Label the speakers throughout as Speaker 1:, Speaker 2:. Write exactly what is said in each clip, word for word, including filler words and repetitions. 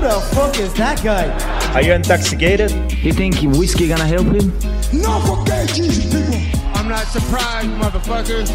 Speaker 1: the fuck is that guy?
Speaker 2: Are you intoxicated?
Speaker 3: You think whiskey gonna help him?
Speaker 1: No, forget Jesus, people.
Speaker 4: I'm not surprised, motherfuckers.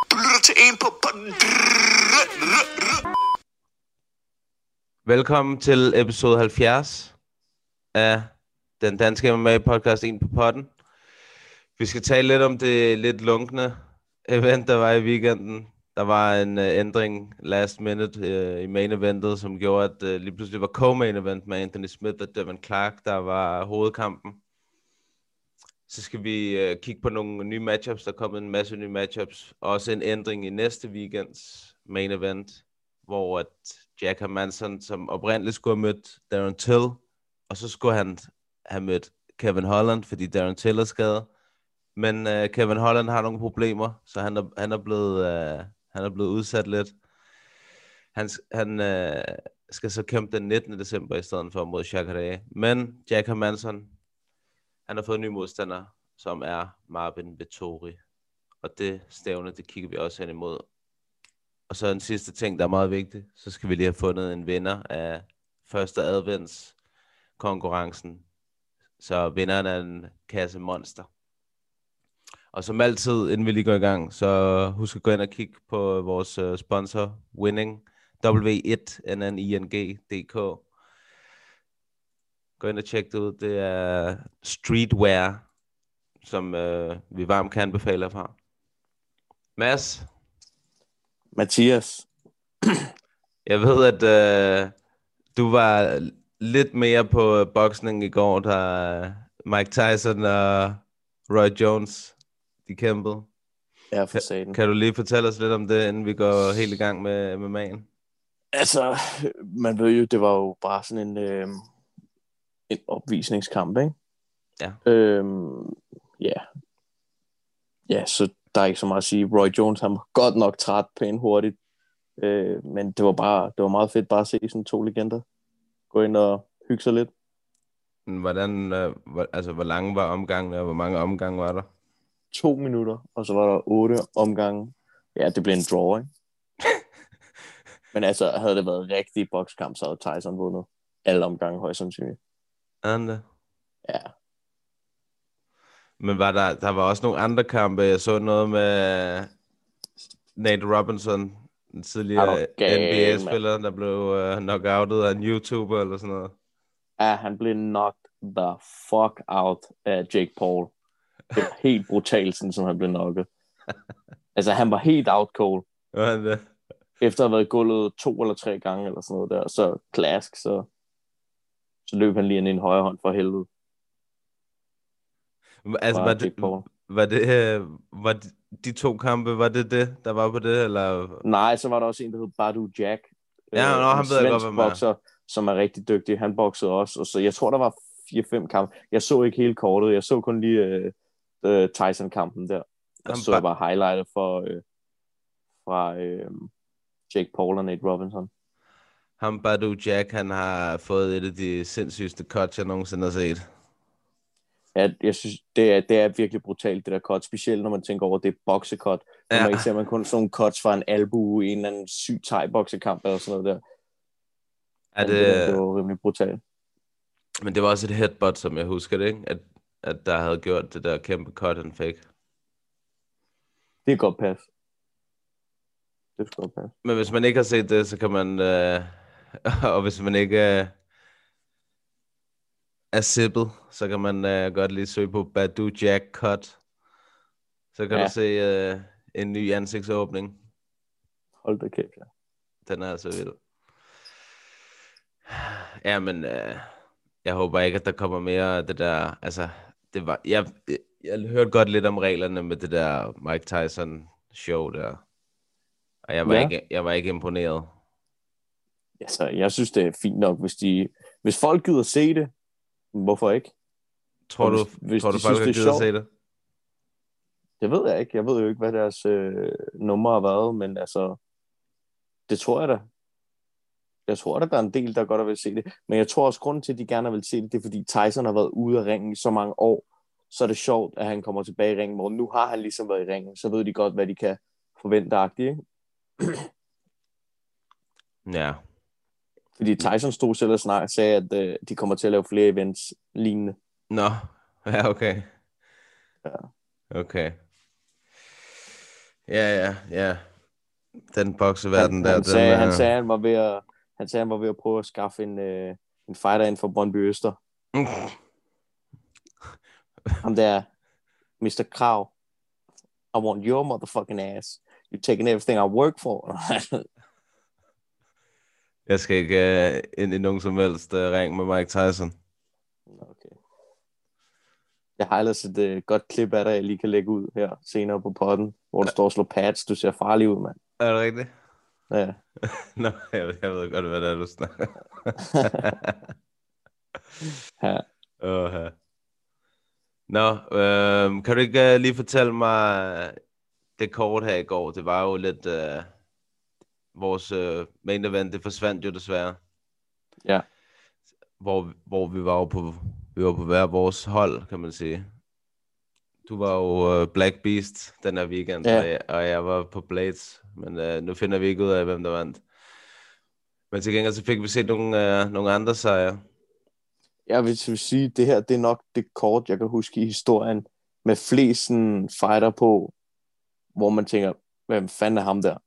Speaker 5: Velkommen til episode halvfjerds af den danske M M A-podcast En på potten. Vi skal tale lidt om det lidt lunkne event, der var i weekenden. Der var en uh, ændring last minute uh, i main eventet, som gjorde, at uh, lige pludselig var co-main event med Anthony Smith og Devin Clark, der var hovedkampen. Så skal vi uh, kigge på nogle nye matchups. Der er kommet en masse nye matchups. Også en ændring i næste weekends main event, hvor at Jack Hermansson, som oprindeligt skulle have mødt Darren Till, og så skulle han have mødt Kevin Holland, fordi Darren Till er skadet. Men uh, Kevin Holland har nogle problemer, så han er, han er, blevet, uh, han er blevet udsat lidt. Han, han uh, skal så kæmpe den nittende december i stedet for mod Jacare. Men Jack Hermansson, han har fået en ny modstander, som er Marvin Vettori. Og det stævne, det kigger vi også hen imod. Og så en sidste ting, der er meget vigtig. Så skal vi lige have fundet en vinder af første advents konkurrencen. Så vinderen er en kasse monster. Og som altid, inden vi lige går i gang, så husk at gå ind og kigge på vores uh, sponsor, Winning, W et N N I N G punktum D K. Gå ind og tjek det ud. Det er streetwear, som uh, vi varmt kan anbefale fra. Mads?
Speaker 6: Mathias?
Speaker 5: Jeg ved, at uh, du var lidt mere på boksning i går, da Mike Tyson og Roy Jones de kæmpede.
Speaker 6: Ja, for satan.
Speaker 5: Kan du lige fortælle os lidt om det, inden vi går helt i gang med M M A'en?
Speaker 6: Altså, man ved jo, det var jo bare sådan en, øh, en opvisningskamp, ikke?
Speaker 5: Ja.
Speaker 6: Øhm, ja. Ja, så der er ikke så meget at sige. Roy Jones, han var godt nok træt pænt hurtigt. Øh, men det var bare, det var meget fedt bare at se sådan to legender gå ind og hygge sig lidt.
Speaker 5: Hvordan, øh, hvor, altså, hvor lange var omgangene, og hvor mange omgange var der?
Speaker 6: To minutter, og så var der otte omgange. Ja, det blev en draw, ikke? Men altså, havde det været rigtig bokskamp, så havde Tyson vundet alle omgange højst sandsynligt.
Speaker 5: Ande.
Speaker 6: Ja.
Speaker 5: Men var der, der var også nogle andre kampe. Jeg så noget med Nate Robinson, en tidligere N B A-spiller, der blev uh, knockoutet af en YouTuber eller sådan noget.
Speaker 6: Ja, han blev knocked the fuck out af Jake Paul. Det var helt brutalt, sådan som han blev knocket. Altså, han var helt out cold.
Speaker 5: Hvad det?
Speaker 6: Efter at have været gulvet to eller tre gange, eller sådan noget der, så klask, så, så løb han lige ind i en højre hånd for helvede.
Speaker 5: Altså, var det, var det, var de, de to kampe, var det det, der var på det, eller? Nej,
Speaker 6: så var der også en, der hed Badu Jack.
Speaker 5: Ja, øh, nå, han ved jeg godt, hvad man
Speaker 6: bokser, som er rigtig dygtig. Han boksede også, og så jeg tror, der var fire fem kampe. Jeg så ikke hele kortet, jeg så kun lige øh, øh, Tyson-kampen der. Og så ba- jeg bare highlightet for, øh, fra øh, Jake Paul og Nate Robinson.
Speaker 5: Ham Badu Jack, han har fået et af de sindssygeste cuts, jeg nogensinde har set.
Speaker 6: Ja, jeg synes, det er, det er virkelig brutalt, det der cut. Specielt når man tænker over, det er boksecut. Ja. Når man ser, man kun sådan nogle cuts fra en albue i en eller anden syg thai-boksekamp eller sådan noget der.
Speaker 5: Er det...
Speaker 6: det, det var rimelig brutalt.
Speaker 5: Men det var også et headbutt, som jeg husker det, ikke? At, at der havde gjort det der kæmpe cut, han fik.
Speaker 6: Det er godt pas. Det er godt pas.
Speaker 5: Men hvis man ikke har set det, så kan man... Øh... og hvis man ikke... Øh... er sippet, så kan man uh, godt lige søge på Badu Jack Cut. Så kan ja. du se uh, en ny ansigtsåbning.
Speaker 6: Hold da kæft, ja.
Speaker 5: Den er altså vild. Ja, men uh, jeg håber ikke, at der kommer mere af det der, altså, det var, jeg, jeg, jeg hørte godt lidt om reglerne med det der Mike Tyson show der. Og jeg var, ja. ikke, jeg var ikke imponeret.
Speaker 6: Ja, så jeg synes, det er fint nok, hvis de, hvis folk gider se det. Hvorfor ikke?
Speaker 5: Tror du, hvis, hvis tror du folk har givet at se det?
Speaker 6: Det ved jeg ikke. Jeg ved jo ikke, hvad deres øh, nummer har været, men altså, det tror jeg da. Jeg tror, at der er en del, der godt vil se det. Men jeg tror også, grunden til, at de gerne vil se det, det er, fordi Tyson har været ude af ringen i så mange år. Så er det sjovt, at han kommer tilbage i ringen, hvor nu har han ligesom været i ringen. Så ved de godt, hvad de kan forvente-agtigt, ikke?
Speaker 5: Ja.
Speaker 6: Fordi Tyson stod selv og snak, sagde, at øh, de kommer til at lave flere events lignende.
Speaker 5: Nå, ja, okay.
Speaker 6: Ja.
Speaker 5: Okay. Ja, ja, ja. Den bokseverden
Speaker 6: Han,
Speaker 5: der,
Speaker 6: han,
Speaker 5: den
Speaker 6: sagde,
Speaker 5: er...
Speaker 6: han, sagde, han, var ved at, han sagde, han var ved at prøve at skaffe en, øh, en fighter ind for Brøndby Øster.
Speaker 5: Mm.
Speaker 6: Ham der, mister Krav. I want your motherfucking ass. You're taking everything I work for.
Speaker 5: Jeg skal ikke uh, ind i nogen som helst uh, ring med Mike Tyson.
Speaker 6: Okay. Jeg har ellers et uh, godt klip af dig, jeg lige kan lægge ud her senere på podden, hvor du ja. står og slår pads. Du ser farlig ud, mand.
Speaker 5: Er det rigtigt?
Speaker 6: Ja.
Speaker 5: Nå, jeg, jeg ved godt, hvad det er, du snakker.
Speaker 6: Ja.
Speaker 5: uh, Nå, øh, kan du ikke uh, lige fortælle mig det kort her i går? Det var jo lidt... Uh, vores uh, main event, det forsvandt jo desværre.
Speaker 6: Ja.
Speaker 5: Hvor, hvor vi var jo på, vi var på hver vores hold, kan man sige. Du var jo uh, Black Beast den her weekend,
Speaker 6: ja.
Speaker 5: og, jeg, og jeg var på Blades. Men uh, nu finder vi ikke ud af, hvem der vandt. Men til gengæld så fik vi set nogle, uh, nogle andre sejre.
Speaker 6: Jeg vil sige, det her, det er nok det kort, jeg kan huske i historien, med flest fighter på, hvor man tænker, hvem fanden er ham der?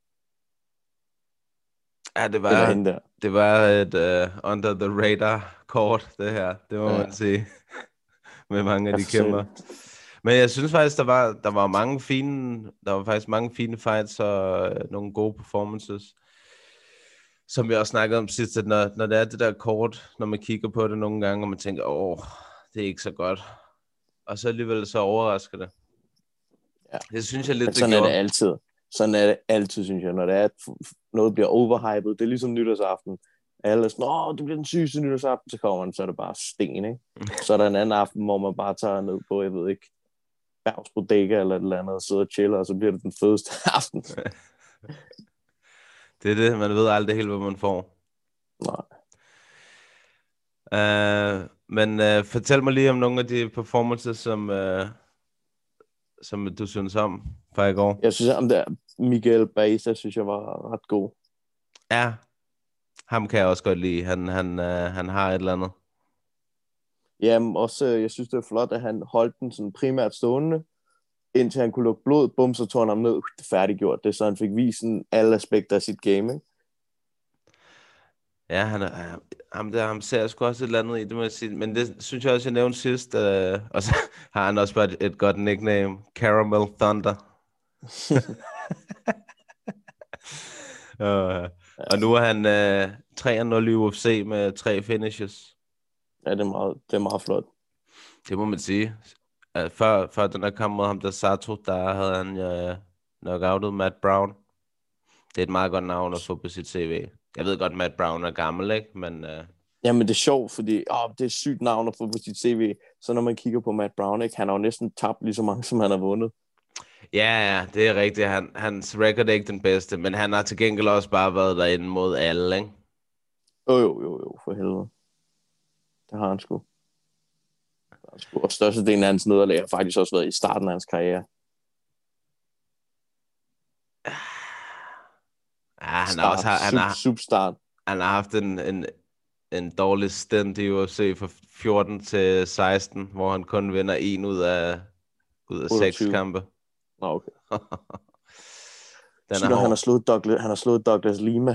Speaker 5: Ja, det var,
Speaker 6: der.
Speaker 5: det var et uh, under the radar kort, det her. Det må ja. man sige. Med mange af de kæmper. Men jeg synes faktisk, der var, der var mange fine, der var faktisk mange fine fights og uh, nogle gode performances. Som vi også snakkede om sidst, at når, når det er det der kort, når man kigger på det nogle gange, og man tænker, åh, det er ikke så godt. Og så alligevel så overrasker det.
Speaker 6: Ja.
Speaker 5: Det synes jeg lidt,
Speaker 6: men sådan
Speaker 5: det
Speaker 6: er det altid. Sådan er det altid, synes jeg, når det er, at noget bliver overhyped. Det er ligesom nytårsaften. Alle er sådan, åh, det bliver den sygeste nytårsaften. Så kommer man, så er det bare sten, ikke? Så er der en anden aften, hvor man bare tager ned på, jeg ved ikke, Bergs Bodega eller et eller andet, og sidder og chiller, og så bliver det den fedeste aften.
Speaker 5: Det er det, man ved aldrig helt, hvad man får.
Speaker 6: Nej.
Speaker 5: Uh, men uh, fortæl mig lige om nogle af de performances, som, uh, som du synes om fra i går.
Speaker 6: Jeg synes, om der Miguel Baeza, synes jeg var ret god.
Speaker 5: Ja, ham kan jeg også godt lide. Han, han, uh, han har et eller andet.
Speaker 6: Jamen også, jeg synes, det er flot, at han holdt den sådan primært stående, indtil han kunne lukke blod, bum, så tog han ham ned, uh, det er færdiggjort. Det så han fik vist alle aspekter af sit game, ikke?
Speaker 5: Ja, han er, ham der, ham ser sgu også et eller andet i det, må jeg sige. Men det synes jeg også, jeg nævnte sidst. Uh, og så har han også bare et, et godt nickname. Caramel Thunder. uh, og nu er han uh, tre nul i U F C med tre finishes.
Speaker 6: Ja, det er meget, det er meget flot.
Speaker 5: Det må man sige. Uh, før, før den der kamp mod ham der Sato, der havde han uh, knockoutet Matt Brown. Det er et meget godt navn at få på sit C V. Jeg ved godt, Matt Brown er gammel, ikke? Men, uh...
Speaker 6: Jamen, det er sjovt, fordi åh, det er sygt navn at få på sit C V. Så når man kigger på Matt Brown, ikke? Han har jo næsten tabt lige så mange, som han har vundet.
Speaker 5: Ja, ja, det er rigtigt. Han, hans record er ikke den bedste, men han har til gengæld også bare været derinde mod alle, ikke?
Speaker 6: Jo, jo, jo, jo, for helvede. Det har han sgu. Han sgu. Og størstedelen af hans nederlag har faktisk også været i starten af hans karriere.
Speaker 5: Ja, han har også han har,
Speaker 6: substart.
Speaker 5: Han har haft en, en, en dårlig stint i U F C fra fjorten til seksten, hvor han kun vinder en ud af, ud af seks kampe.
Speaker 6: Nå, okay.
Speaker 5: Den
Speaker 6: er han, har slået Douglas, han har slået Douglas Lima.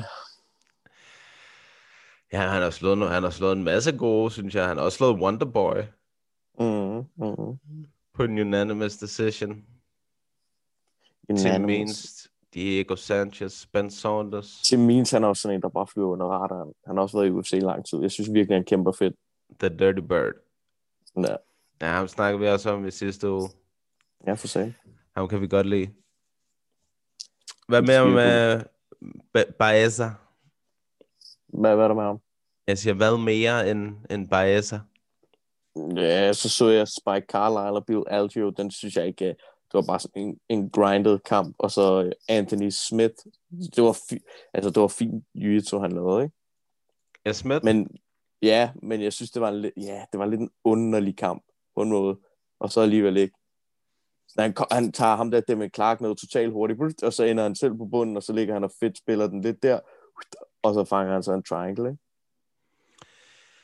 Speaker 5: Ja, han har, slået, han har slået en masse gode, synes jeg. Han har også slået Wonderboy.
Speaker 6: Mm, mm.
Speaker 5: På en unanimous decision.
Speaker 6: Unanimous.
Speaker 5: Tim Means, Diego Sanchez, Ben Saunders.
Speaker 6: Tim Means, han er også sådan en, der bare flyver under radaren. Han har også været i U F C i lang tid. Jeg synes virkelig, han kæmper fedt.
Speaker 5: The Dirty Bird.
Speaker 6: Ja.
Speaker 5: Ja, ham snakker vi også om i sidste uge.
Speaker 6: Ja, for sig.
Speaker 5: Ham kan vi godt lide. Hvad med med uh, Baeza?
Speaker 6: Hvad, hvad er der med ham?
Speaker 5: Jeg siger, hvad mere end, end Baeza?
Speaker 6: Ja, så så jeg Spike Carlisle og Bill Algeo. Den synes jeg ikke... Det var bare sådan en, en grinded kamp. Og så Anthony Smith. Det var, fi- altså, det var fint jiu-jitsu, han lavede, ikke?
Speaker 5: Ja, Smith?
Speaker 6: Men, ja, men jeg synes, det var, en, ja, det var lidt en underlig kamp på en måde. Og så alligevel ikke. Han, han tager ham der Damien Clark ned totalt hurtigt, og så ender han selv på bunden, og så ligger han og fedt spiller den lidt der, og så fanger han så en triangle, ikke?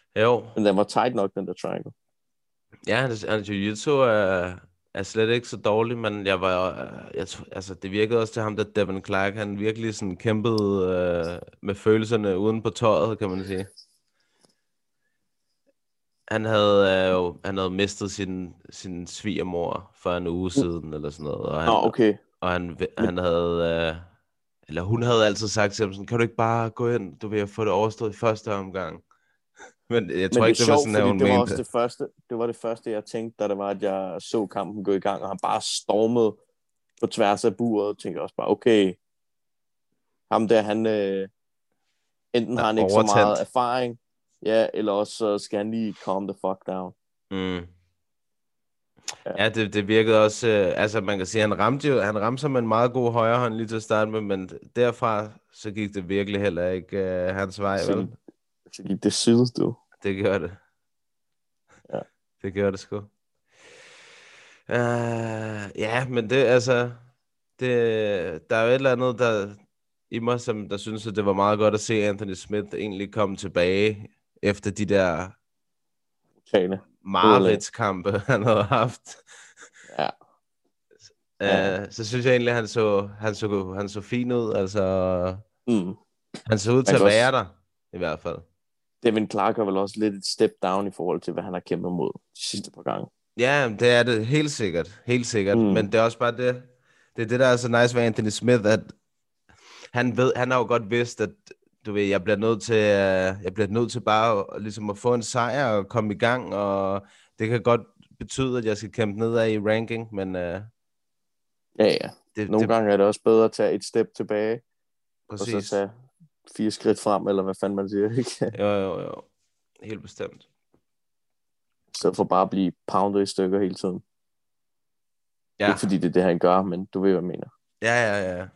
Speaker 5: Jo.
Speaker 6: Men den var tight nok, den der triangle.
Speaker 5: Ja, hans, hans jiu-jitsu er, er slet ikke så dårlig, men jeg var, jeg, altså, det virkede også til ham, at Devin Clark, han virkelig sådan kæmpede øh, med følelserne uden på tøjet, kan man sige. Han havde øh, jo, han havde mistet sin, sin svigermor for en uge siden, eller sådan noget. Og han,
Speaker 6: Nå, okay.
Speaker 5: Og han, han havde, øh, eller hun havde altid sagt til ham sådan, kan du ikke bare gå ind, du vil få det overstået i første omgang. Men jeg tror
Speaker 6: Men
Speaker 5: ikke, det,
Speaker 6: det
Speaker 5: var
Speaker 6: sjovt,
Speaker 5: sådan, at
Speaker 6: fordi
Speaker 5: hun
Speaker 6: det var
Speaker 5: mente
Speaker 6: også det første, det var det første, jeg tænkte, da det var, at jeg så kampen gå i gang, og han bare stormede på tværs af buret, og tænkte også bare, okay, ham der, han, øh, enten har han ikke
Speaker 5: overtændt.
Speaker 6: så meget erfaring, ja, eller også så skal han lige calm the fuck down.
Speaker 5: Mm. Ja, det, det virkede også, øh, altså man kan sige, han ramte jo, han ramte sig med en meget god højre hånd lige til at starte med, men derfra, så gik det virkelig heller ikke øh, hans vej,
Speaker 6: Så,
Speaker 5: vel?
Speaker 6: så gik det sydes, du.
Speaker 5: Det gjorde det.
Speaker 6: Ja.
Speaker 5: Det gjorde det sgu. Uh, ja, men det, altså, det, der er jo et eller andet, der i mig, som der synes, at det var meget godt at se Anthony Smith egentlig komme tilbage efter de der
Speaker 6: Tjene.
Speaker 5: mareridtskampe, han havde haft.
Speaker 6: Ja.
Speaker 5: Uh, så synes jeg egentlig, at han så, han så, han så fin ud. Altså,
Speaker 6: Mm.
Speaker 5: han så ud til at være der, i hvert fald.
Speaker 6: Devin Clark er vel også lidt et step down i forhold til, hvad han har kæmpet mod de sidste par gange.
Speaker 5: Ja, det er det helt sikkert. Helt sikkert. Mm. Men det er også bare det, det er det, der er så nice ved Anthony Smith, at han ved, han har jo godt vidst, at du ved, jeg bliver nødt til, jeg bliver nødt til bare at, ligesom at få en sejr og komme i gang, og det kan godt betyde, at jeg skal kæmpe nedad i ranking, men uh,
Speaker 6: ja, ja.
Speaker 5: Det,
Speaker 6: Nogle
Speaker 5: det,
Speaker 6: gange er det også bedre at tage et step tilbage,
Speaker 5: præcis.
Speaker 6: og så tage fire skridt frem, eller hvad fanden man siger, ikke?
Speaker 5: Jo, jo, jo. Helt bestemt.
Speaker 6: I stedet for bare at blive poundet i stykker hele tiden. Ja. Ikke fordi det er det, han gør, men du ved, hvad jeg mener.
Speaker 5: Ja, ja, ja.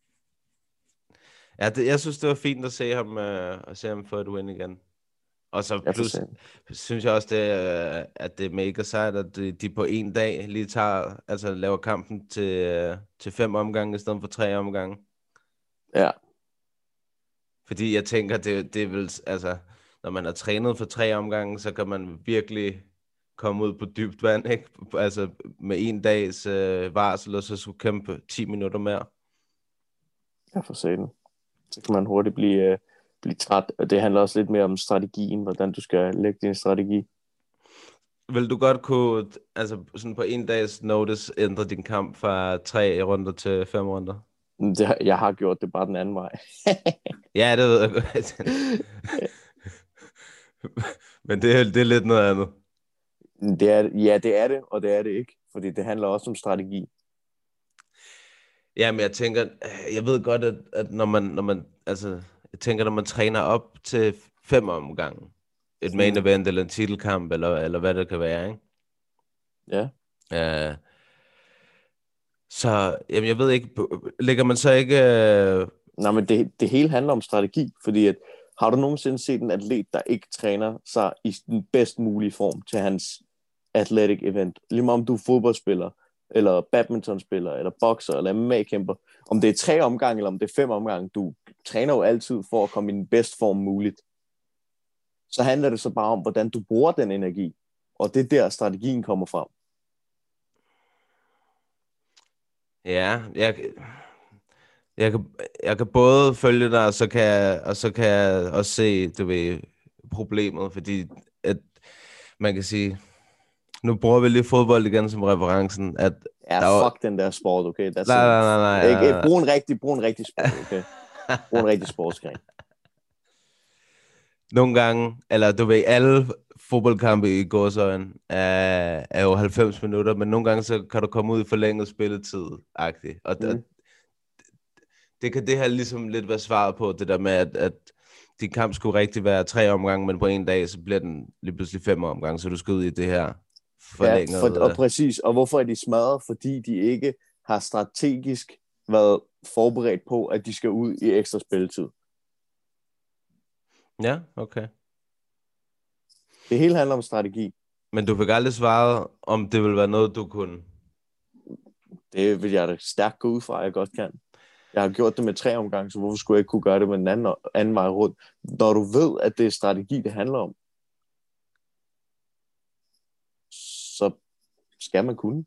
Speaker 5: Ja, det, jeg synes, det var fint at se ham, øh, at se ham få et win igen. Og så plus, synes jeg også, det, øh, at det er mega sejt, at de, de på en dag lige tager, altså laver kampen til, øh, til fem omgange, i stedet for tre omgange.
Speaker 6: Ja.
Speaker 5: Fordi jeg tænker, det, det er vel, altså, når man har trænet for tre omgange, så kan man virkelig komme ud på dybt vand, ikke? Altså med en dags øh, varsel, og så skulle kæmpe ti minutter mere.
Speaker 6: Ja, for satan. Så kan man hurtigt blive, øh, blive træt, og det handler også lidt mere om strategien, hvordan du skal lægge din strategi.
Speaker 5: Vil du godt kunne, altså sådan på en dags notice, ændre din kamp fra tre runder til fem runder?
Speaker 6: Det, jeg har gjort det bare den anden vej.
Speaker 5: Ja, det ved jeg godt. Men det er, det er lidt noget andet.
Speaker 6: Det er, ja, det er det, og det er det ikke. Fordi det handler også om strategi.
Speaker 5: Ja, men jeg tænker, jeg ved godt, at, at når man, når man, altså, jeg tænker, når man træner op til fem omgange, et main event eller en titelkamp, eller, eller hvad det kan være, ikke?
Speaker 6: Ja.
Speaker 5: Uh, så, jamen, jeg ved ikke, lægger man så ikke... Uh...
Speaker 6: Nej, men det, det hele handler om strategi, fordi at, har du nogensinde set en atlet, der ikke træner sig i den bedst mulige form til hans athletic event? Lige meget om du er fodboldspiller, eller badmintonspiller, eller bokser, eller M M A-kæmper. Om det er tre omgange, eller om det er fem omgange, du træner jo altid for at komme i den bedste form muligt. Så handler det så bare om, hvordan du bruger den energi. Og det er der, strategien kommer frem.
Speaker 5: Ja, jeg, jeg, kan, jeg kan både følge dig, og så kan jeg, og så kan jeg også se, du ved, problemet, fordi at man kan sige, nu bruger vi lige fodbold igen som referencen, at
Speaker 6: ja,
Speaker 5: der
Speaker 6: fuck var... den der sport, okay?
Speaker 5: Nej, nej, nej, nej,
Speaker 6: nej, nej. Brug en rigtig, brug en rigtig sport, okay? Brug en rigtig sportsgren.
Speaker 5: Nogle gange, eller du ved, alle fodboldkampe i gåseøjne er, er jo halvfems minutter, men nogle gange så kan du komme ud i forlænget spilletid-agtigt. Og mm. det, det kan det her ligesom lidt være svaret på, det der med, at, at din kamp skulle rigtig være tre omgange, men på en dag, så bliver den lige pludselig fem omgange, så du skal ud i det her forlænget.
Speaker 6: Ja, for, og præcis. Og hvorfor er de smadret? Fordi de ikke har strategisk været forberedt på, at de skal ud i ekstra spilletid.
Speaker 5: Ja, okay.
Speaker 6: Det hele handler om strategi.
Speaker 5: Men du fik aldrig svaret, om det ville være noget, du kunne?
Speaker 6: Det vil jeg da stærkt gå ud fra, at jeg godt kan. Jeg har gjort det med tre omgange, så hvorfor skulle jeg ikke kunne gøre det med den anden, anden vej rundt? Når du ved, at det er strategi, det handler om, så skal man kunne.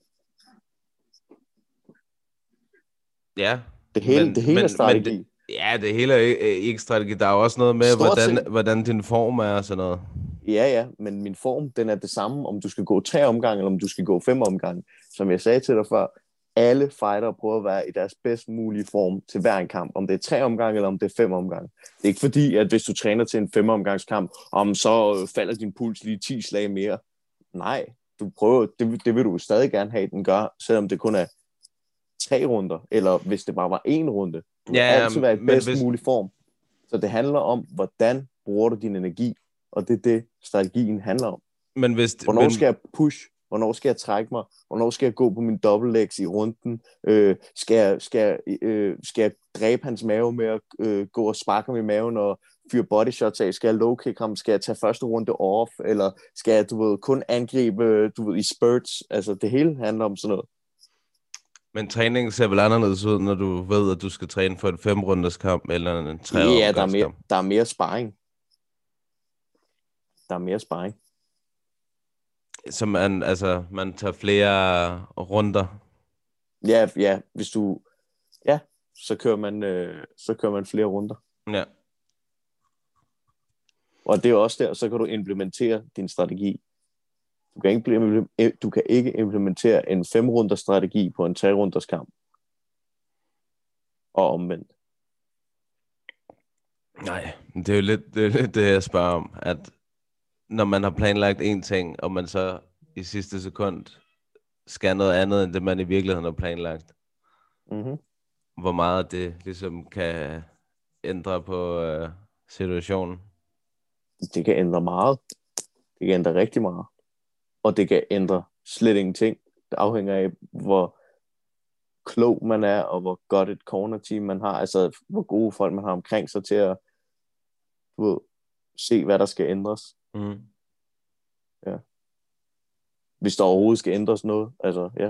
Speaker 5: Ja.
Speaker 6: Det hele,
Speaker 5: men,
Speaker 6: det hele
Speaker 5: men,
Speaker 6: er strategi.
Speaker 5: Men det, ja, det hele er ikke, ikke strategi. Der er jo også noget med, hvordan, hvordan din form er og sådan noget.
Speaker 6: Ja, ja, men min form, den er det samme, om du skal gå tre omgange, eller om du skal gå fem omgange. Som jeg sagde til dig før, alle fighter prøver at være i deres bedst mulige form til hver en kamp. Om det er tre omgange, eller om det er fem omgange. Det er ikke fordi, at hvis du træner til en fem omgangskamp, om så falder din puls lige ti slag mere. Nej, du prøver, det, det vil du stadig gerne have, den gør, selvom det kun er tre runder, eller hvis det bare var en runde. Du vil ja, altid være i bedst hvis... mulig form. Så det handler om, hvordan bruger du din energi, og det er det, strategien handler om.
Speaker 5: Men hvis,
Speaker 6: hvornår
Speaker 5: men...
Speaker 6: skal jeg push? Hvornår skal jeg trække mig? Hvornår skal jeg gå på min double legs i runden? Øh, skal, jeg, skal, jeg, øh, skal jeg dræbe hans mave med at øh, gå og sparke ham i maven og fyre body shots af? Skal jeg low kick ham? Skal jeg tage første runde off? Eller skal jeg, du ved, kun angribe, du ved, i spurts? Altså, det hele handler om sådan noget.
Speaker 5: Men træningen ser vel anderledes ud, når du ved, at du skal træne for en fem-runders kamp eller en tre-runders
Speaker 6: ja, der er mere,
Speaker 5: kamp?
Speaker 6: der er mere sparring. Der er mere sparring.
Speaker 5: Så man, altså, man tager flere runder?
Speaker 6: Ja, ja, hvis du... Ja, så kører man, øh, så kører man flere runder.
Speaker 5: Ja.
Speaker 6: Og det er også der, så kan du implementere din strategi. Du kan ikke, du kan ikke implementere en fem-runders strategi på en tre-runders kamp. Og omvendt.
Speaker 5: Nej, det er jo lidt det, er lidt det jeg spørger om, at når man har planlagt en ting, og man så i sidste sekund skal noget andet, end det man i virkeligheden har planlagt.
Speaker 6: Mm-hmm.
Speaker 5: Hvor meget det ligesom kan ændre på øh, situationen.
Speaker 6: Det kan ændre meget. Det kan ændre rigtig meget. Og det kan ændre slet ingenting. Det afhænger af, hvor klog man er, og hvor godt et corner team man har. Altså, hvor gode folk man har omkring sig til at du ved, se, hvad der skal ændres.
Speaker 5: Mm.
Speaker 6: Ja. Hvis der overhovedet skal ændres noget. Altså, ja.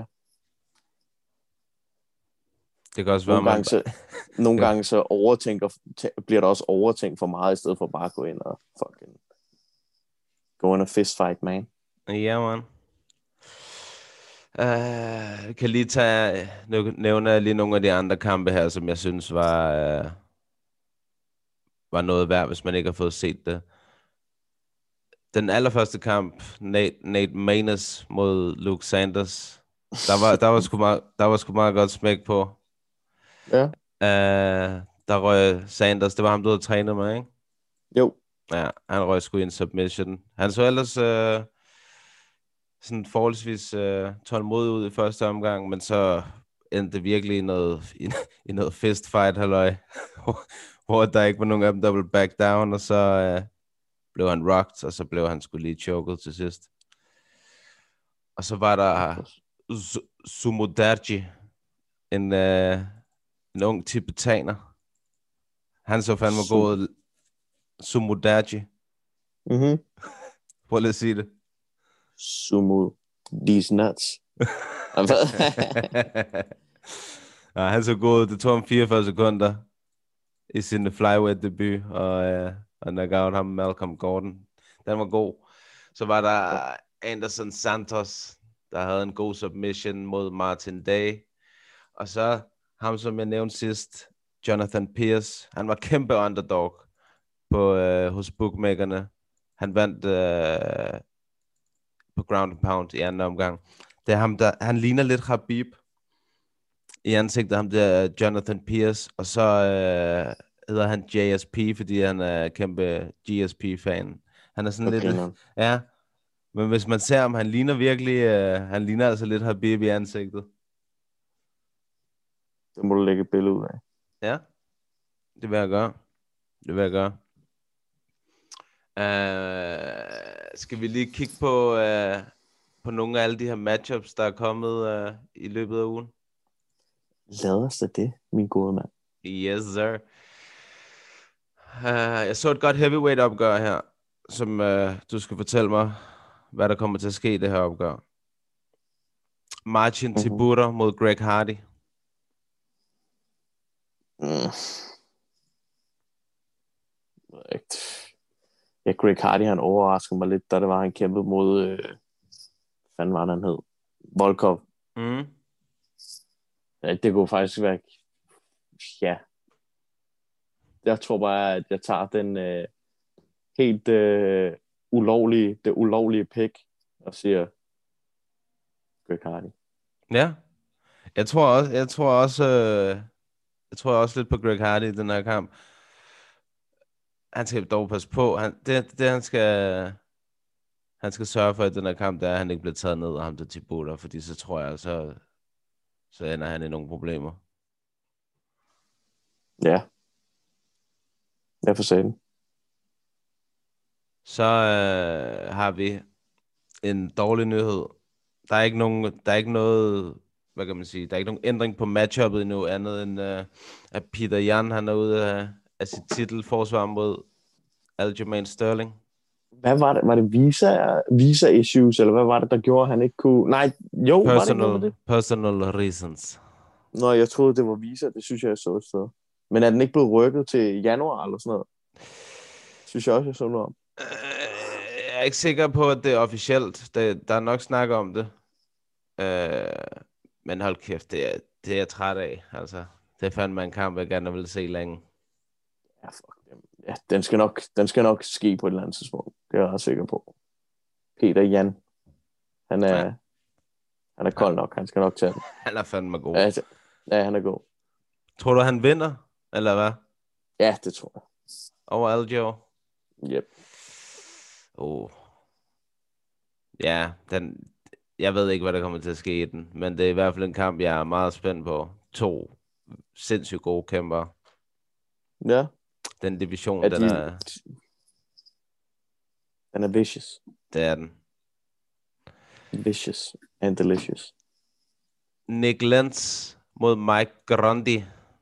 Speaker 5: Det kan også
Speaker 6: nogle
Speaker 5: være,
Speaker 6: gange,
Speaker 5: man...
Speaker 6: så, nogle gange så overtænker, t- bliver der også overtænkt for meget, i stedet for bare at gå ind og fucking go in a fist fight, man.
Speaker 5: Ja, man. Uh, kan lige tage, nu nævner jeg lige nogle af de andre kampe her, som jeg synes var, uh, var noget værd, hvis man ikke har fået set det. Den allerførste kamp, Nate, Nate Maness mod Luke Sanders, der var, der var, sgu, meget, der var sgu meget godt smæk på.
Speaker 6: Ja.
Speaker 5: Uh, der røg Sanders, det var ham, du havde trænet med, ikke?
Speaker 6: Jo.
Speaker 5: Ja, han røg sgu i en submission. Han så ellers uh, sådan forholdsvis uh, tålmodig ud i første omgang, men så endte det virkelig i noget, i, i noget fist fight, halløj, hvor der ikke var nogen af dem, der ville back down, og så uh, blev han rocked, og så blev han sgu lige choked til sidst. Og så var der Z- Sumodarji, en, uh, en ung tibetaner. Han så fandme Sum- god ud. Sumodarji.
Speaker 6: Mhm.
Speaker 5: Prøv lige at sige det.
Speaker 6: Sumo, these nuts.
Speaker 5: Ja, han så god ud. Det tog ham fireogfyrre sekunder i sin flyweight debut, og, uh, og knockout ham Malcolm Gordon. Den var god. Så var der Anderson Santos, der havde en god submission mod Martin Day. Og så ham, som jeg nævnte sidst, Jonathan Pierce. Han var kæmpe underdog på, øh, hos bookmakerne. Han vandt øh, på ground and pound i anden omgang. Det er ham, der, han ligner lidt Khabib i ansigtet, ham der Jonathan Pierce. Og så øh, hedder han J S P, fordi han er kæmpe G S P-fan. Han er sådan okay, lidt... No. Ja, men hvis man ser ham, han ligner virkelig... Øh, han ligner altså lidt Khabib i ansigtet.
Speaker 6: Det må du lægge et billede ud af.
Speaker 5: Ja, det vil jeg gøre. Det vil jeg gøre. Uh, skal vi lige kigge på, uh, på nogle af alle de her matchups, der er kommet uh, i løbet af ugen?
Speaker 6: Lad os da det, min gode mand.
Speaker 5: Yes, sir. Uh, jeg så et godt heavyweight opgør her, som uh, du skal fortælle mig, hvad der kommer til at ske i det her opgør. Marcin mm-hmm. Tybura mod Greg Hardy.
Speaker 6: Mm. Ja, Greg Hardy, han overraskede mig lidt, da det var, han kæmpede mod øh, fanden var det, han hed? Volkov.
Speaker 5: Mm.
Speaker 6: Ja, det kunne faktisk være... Ja. Jeg tror bare, at jeg tager den øh, helt øh, ulovlige, det ulovlige pick og siger Greg Hardy.
Speaker 5: Ja. Jeg tror også, jeg tror også, øh, jeg tror også lidt på Greg Hardy i den her kamp. Han skal dog passe på. Han, det, det han skal, han skal sørge for i den her kamp, det er, at han ikke bliver taget ned af ham til Tibota, fordi så tror jeg, så, så ender han i nogle problemer.
Speaker 6: Ja. Jeg får se den.
Speaker 5: Så øh, har vi en dårlig nyhed. Der er ikke nogen, der er ikke noget, hvad kan man sige, der er ikke nogen ændring på matchuppet endnu, andet end øh, at Peter Yan, han er ude af, af sit titelforsvar mod Aljamain Sterling.
Speaker 6: Hvad var det? Var det visa, visa issues, eller hvad var det, der gjorde, at han ikke kunne... Nej, jo,
Speaker 5: personal,
Speaker 6: var det ikke noget med det?
Speaker 5: Personal reasons.
Speaker 6: Nå, jeg troede, det var visa. Det synes jeg, jeg så et sted. Men er den ikke blevet rykket til januar eller sådan noget? Synes jeg også, jeg så noget om.
Speaker 5: Jeg er ikke sikker på, at det er officielt. Det, der er nok snak om det. Øh, men hold kæft, det er, det er jeg træt af. Altså, det er fandme en kamp, jeg gerne vil se længe.
Speaker 6: Ja, fuck dem. Ja, den skal, nok, den skal nok ske på et eller andet tidspunkt. Det er jeg ret sikker på. Peter Yan. Han er, ja. han er kold ja. nok. Han skal nok tage den.
Speaker 5: Han er fandme god.
Speaker 6: Ja, ja, han er god.
Speaker 5: Tror du, han vinder? Eller hvad?
Speaker 6: Ja, det tror jeg.
Speaker 5: Over Aljo?
Speaker 6: Yep.
Speaker 5: Oh. Ja, den, jeg ved ikke, hvad der kommer til at ske i den, men det er i hvert fald en kamp, jeg er meget spændt på. To sindssygt gode kæmper.
Speaker 6: Ja.
Speaker 5: Den division,
Speaker 6: er
Speaker 5: den
Speaker 6: de...
Speaker 5: er...
Speaker 6: Den er vicious.
Speaker 5: Det er den.
Speaker 6: Vicious and delicious.
Speaker 5: Nick Lentz mod Mike Grundy.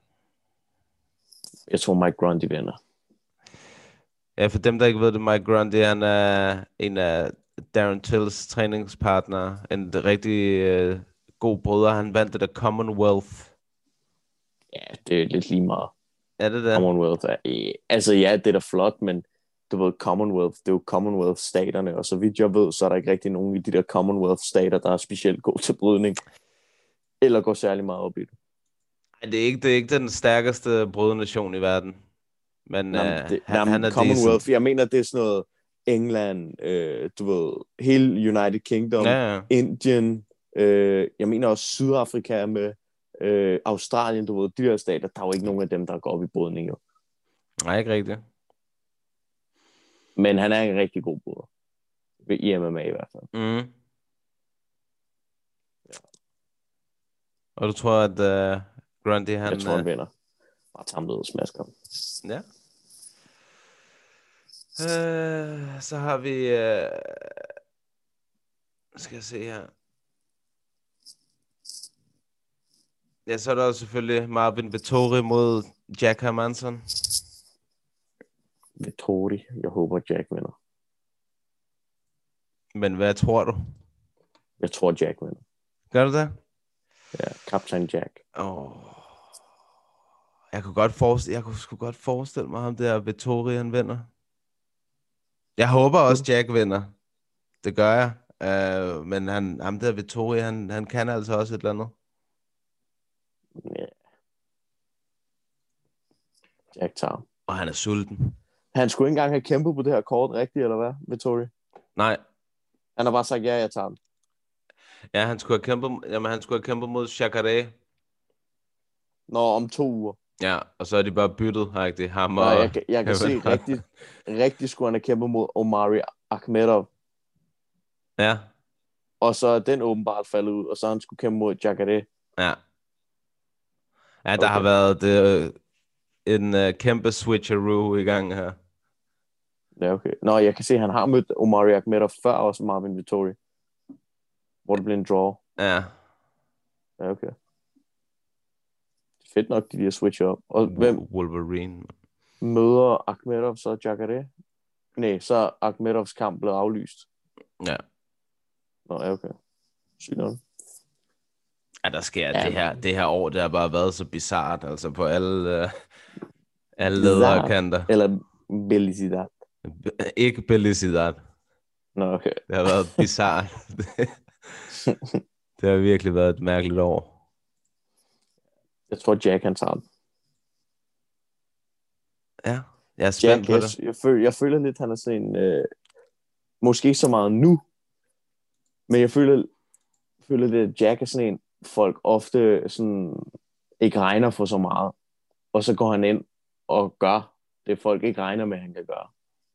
Speaker 6: Jeg tror, Mike Grundy vinder.
Speaker 5: Ja, for dem, der ikke ved det, Mike Grundy, han er en af Darren Tills træningspartner. En rigtig øh, god bryder. Han vandt det der Commonwealth.
Speaker 6: Ja, det er lidt lige meget.
Speaker 5: Er det det?
Speaker 6: Commonwealth er... Øh, altså ja, det er da flot, men du ved, Commonwealth, det er jo Commonwealth-staterne, og så vidt jeg ved, så er der ikke rigtig nogen i de der Commonwealth-stater, der er specielt god til brydning, eller går særlig meget op i det.
Speaker 5: Det er ikke, det er ikke den stærkeste brydenation i verden. Men
Speaker 6: Jamen,
Speaker 5: øh,
Speaker 6: det,
Speaker 5: han,
Speaker 6: jamen,
Speaker 5: han er
Speaker 6: Commonwealth,
Speaker 5: decent.
Speaker 6: jeg mener, det er sådan noget England, øh, du ved, hele United Kingdom,
Speaker 5: Ja, ja.
Speaker 6: Indien, øh, jeg mener også Sydafrika er med, øh, Australien, du ved, de der stater, der er jo ikke nogen af dem, der går op i brydning, jo.
Speaker 5: Nej, ikke rigtigt.
Speaker 6: Men han er en rigtig god bryder. I M M A i hvert fald.
Speaker 5: Mm. Ja. Og du tror, at uh, Grundy, han...
Speaker 6: Jeg tror, han vinder. Bare tager ham ud og smasker ham.
Speaker 5: Ja. Uh, så har vi... Uh... Skal jeg se her. Ja, så er der selvfølgelig Marvin Vettori mod Jack Hermansson.
Speaker 6: Vettori. Jeg håber, Jack vinder.
Speaker 5: Men hvad tror du?
Speaker 6: Jeg tror, Jack vinder.
Speaker 5: Gør du det?
Speaker 6: Ja, Kaptajn Jack.
Speaker 5: Åh... Oh. Jeg kunne godt forestille, jeg kunne sgu godt forestille mig, ham der Vettori, han vinder. Jeg håber også, Jack vinder. Det gør jeg. Uh, men han, ham der Vettori, han, han kan altså også et eller andet.
Speaker 6: Ja. Jack tager ham.
Speaker 5: Og han er sulten.
Speaker 6: Han skulle ikke engang have kæmpet på det her kort rigtigt, eller hvad, Vettori?
Speaker 5: Nej.
Speaker 6: Han har bare sagt, ja, jeg tager ham.
Speaker 5: Ja, han skulle have kæmpet, jamen, han skulle have kæmpet mod Jacare.
Speaker 6: Nå, om to uger.
Speaker 5: Ja, og så er de bare byttet, rigtig. Ham
Speaker 6: Nå,
Speaker 5: og...
Speaker 6: jeg, jeg, jeg kan se, rigtig, rigtig skulle han have kæmpet mod Omari Akhmedov.
Speaker 5: Ja.
Speaker 6: Og så er den åbenbart faldet ud, og så han skulle kæmpe mod Jacare.
Speaker 5: Ja. Ja, der
Speaker 6: Okay.
Speaker 5: har været det, en uh, kæmpe switcheroo i gang her.
Speaker 6: Ja, okay. Nå, jeg kan se, at han har mødt Omari Akhmedov før også Marvin Vettori. Hvor det blev en draw.
Speaker 5: Ja.
Speaker 6: Ja, okay. Fedt nok, de der switcher op. Og hvem
Speaker 5: Wolverine.
Speaker 6: møder Akhmedov så Jacare? Nej, så Akhmedovs kamp blev aflyst.
Speaker 5: Ja.
Speaker 6: Nå, ja, okay. Sygt nok.
Speaker 5: Ja, der sker
Speaker 6: Ja.
Speaker 5: det her, det her år, det har bare været så bizart, altså på alle, uh, alle
Speaker 6: Bizarre.
Speaker 5: ledere kanter.
Speaker 6: Eller Belicidad.
Speaker 5: Ikke Belicidad.
Speaker 6: Nå, okay.
Speaker 5: Det har været bizart. Det har virkelig været et mærkeligt år.
Speaker 6: Jeg tror, Jack han tager den.
Speaker 5: Ja, jeg er spændt
Speaker 6: Jack,
Speaker 5: på
Speaker 6: jeg,
Speaker 5: det.
Speaker 6: jeg, føler, jeg føler lidt, han er sådan en... Øh, måske ikke så meget nu, men jeg føler, føler det, at Jack er sådan en, folk ofte sådan, ikke regner for så meget. Og så går han ind og gør det, folk ikke regner med, han kan gøre.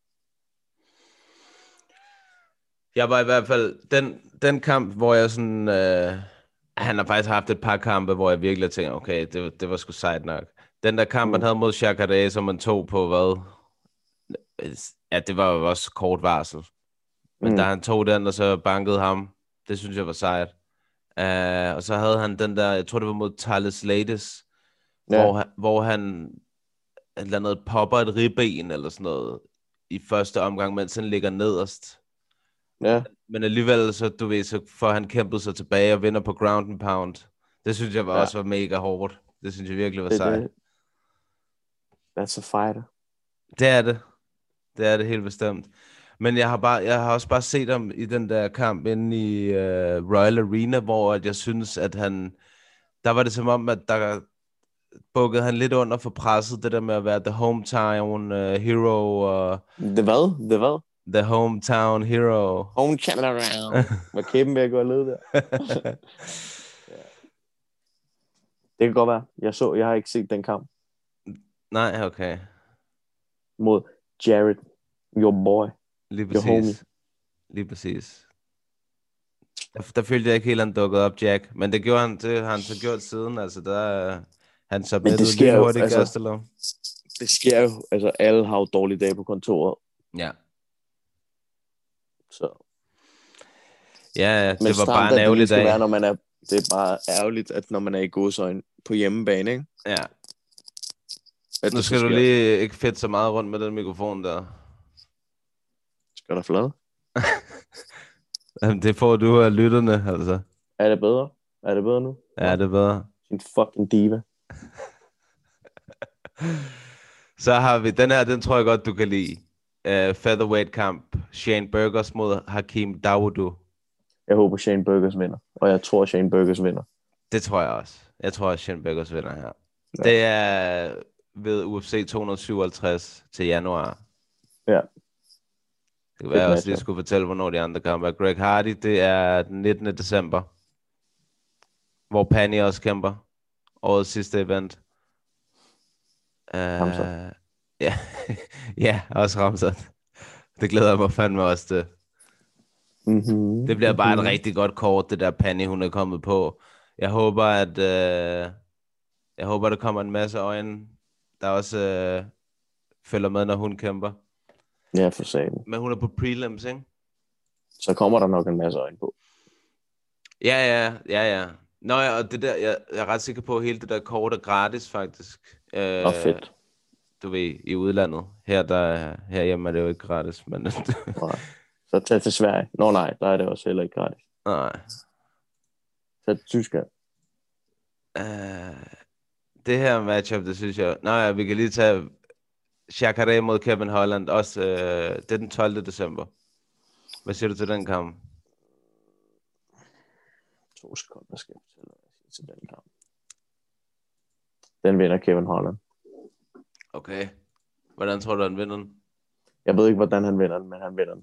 Speaker 5: Jeg var i hvert fald... Den, den kamp, hvor jeg sådan... Øh, han har faktisk haft et par kampe, hvor jeg virkelig tænker, okay, det, det var sgu sejt nok. Den der kamp, mm. han havde mod Jacare, som man tog på, hvad? Ja, det var jo også kort varsel. Men mm. da han tog den, og så bankede ham, det synes jeg var sejt. Uh, og så havde han den der, jeg tror det var mod Tyler Slates, ja. hvor, hvor han eller andet popper et ribben eller sådan noget i første omgang, mens han ligger nederst.
Speaker 6: Ja.
Speaker 5: Men alligevel, så du ved, så får han kæmpet sig tilbage og vinder på ground and pound. Det synes jeg var ja. også var mega hårdt. Det synes jeg virkelig var sejt.
Speaker 6: Det. That's a fighter.
Speaker 5: Det er det. Det er det helt bestemt. Men jeg har, bare, jeg har også bare set ham i den der kamp inde i uh, Royal Arena, hvor jeg synes, at han... Der var det som om, at der bukkede han lidt under for presset, det der med at være the hometown uh, hero. Og
Speaker 6: det hvad? Det hvad?
Speaker 5: The hometown hero.
Speaker 6: Hometown around. Var kæben ved at gå og lede der. Ja. Det kan godt være. Jeg så, jeg har ikke set den kamp.
Speaker 5: Nej, okay.
Speaker 6: Mod Jared, your boy.
Speaker 5: Lige præcis. Lige præcis. Der, der følte jeg ikke helt, han dukkede op, Jack. Men det gjorde han, det har han så gjort siden. Altså, der han submittede lige hurtigt i Gastelum.
Speaker 6: Det sker jo. Altså, alle har jo dårlige dage på kontoret.
Speaker 5: Ja.
Speaker 6: Så.
Speaker 5: Ja, det Men var bare en ærgerlig dag.
Speaker 6: Være, når man er, det er bare ærgerligt, at når man er i godsøjne på hjemmebane, ikke?
Speaker 5: Ja.
Speaker 6: At
Speaker 5: nu skal du lige ikke fedt så meget rundt med den mikrofon der.
Speaker 6: Skal der flad?
Speaker 5: Jamen, det får du af lytterne, altså.
Speaker 6: Er det bedre? Er det bedre nu?
Speaker 5: Ja, det er bedre.
Speaker 6: Sin fucking diva.
Speaker 5: Så har vi, den her, den tror jeg godt, du kan lide. Uh, featherweight kamp. Shane Burgos mod Hakeem Dawodu.
Speaker 6: Jeg håber, Shane Burgos vinder. Og jeg tror, Shane Burgos vinder.
Speaker 5: Det tror jeg også. Jeg tror, at Shane Burgos vinder her. Ja. Det er ved U F C to hundrede syvoghalvtreds til januar.
Speaker 6: Ja.
Speaker 5: Det kan være, jeg også lige skulle fortælle, hvornår de andre kampe er. Greg Hardy, det er den nittende december. Hvor Pani også kæmper. Årets sidste event. Uh, ja, ja, også Ramsat. Det glæder jeg mig fandme også til.
Speaker 6: Mm-hmm.
Speaker 5: Det bliver bare
Speaker 6: mm-hmm.
Speaker 5: et rigtig godt kort, det der Pani, hun er kommet på. Jeg håber, at uh, jeg håber, der kommer en masse øjne, der også uh, følger med, når hun kæmper.
Speaker 6: Ja, for sagen.
Speaker 5: Men hun er på prelims, ikke?
Speaker 6: Så kommer der nok en masse øjne på.
Speaker 5: Ja, ja, ja, ja. Nå ja, og det der, jeg, jeg er ret sikker på, at hele det der kort er gratis, faktisk. Øh,
Speaker 6: Nå, fedt.
Speaker 5: Du ved, i udlandet. Her der, herhjemme er det jo ikke gratis, men...
Speaker 6: Nej. Så tag til Sverige. Nå nej, der er det også heller ikke gratis.
Speaker 5: Nej.
Speaker 6: Så til Tyskland.
Speaker 5: Uh, det her matchup, det synes jeg... Nå ja, vi kan lige tage Jacare mod Kevin Holland. Også, uh, det er den tolvte december. Hvad siger du til den kamp?
Speaker 6: To sekunder skal jeg fortælle, hvad jeg siger til den kamp. Den vinder Kevin Holland.
Speaker 5: Okay. Hvordan tror du, han vinder den?
Speaker 6: Jeg ved ikke, hvordan han vinder den, men han vinder den.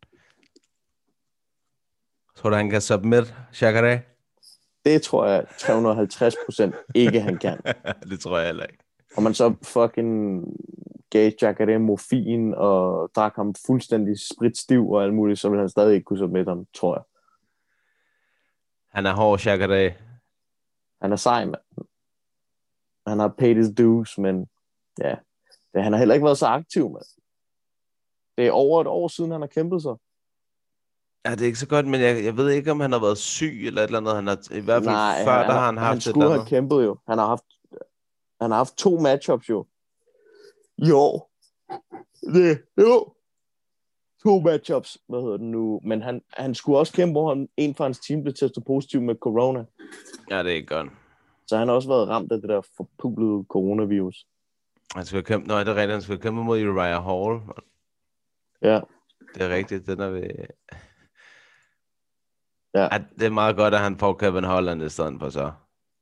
Speaker 5: Tror du, han kan submit Jacare?
Speaker 6: Det tror jeg tre hundrede og halvtreds procent ikke, han kan.
Speaker 5: Det tror jeg heller ikke.
Speaker 6: Og man så fucking gav Jacare morfin og drak ham fuldstændig spritstiv og alt muligt, så vil han stadig ikke kunne submit ham, tror jeg.
Speaker 5: Han er hård, Jacare.
Speaker 6: Han er sej, mand. Han har paid his dues, men ja, det, han har heller ikke været så aktiv, mand. Det er over et år siden, han har kæmpet sig.
Speaker 5: Ja, det er ikke så godt, men jeg, jeg ved ikke, om han har været syg eller et eller andet. Han har, i hvert fald
Speaker 6: Nej,
Speaker 5: før,
Speaker 6: han,
Speaker 5: der har han haft
Speaker 6: han
Speaker 5: et
Speaker 6: skulle
Speaker 5: eller
Speaker 6: have kæmpet jo. Han har haft, han har haft to matchups jo. Jo. Det, jo. To matchups, hvad hedder det nu? Men han, han skulle også kæmpe, hvor han, en fra hans team blev testet positiv med corona.
Speaker 5: Ja, det er ikke godt.
Speaker 6: Så han har også været ramt af det der forpulede coronavirus.
Speaker 5: Han skulle kæmpe, nej, det er rigtigt, han skulle kæmpe mod Uriah Hall.
Speaker 6: Ja.
Speaker 5: Det er rigtigt, den er ved...
Speaker 6: Ja.
Speaker 5: At det er meget godt, at han får Kevin Holland i stedet for så.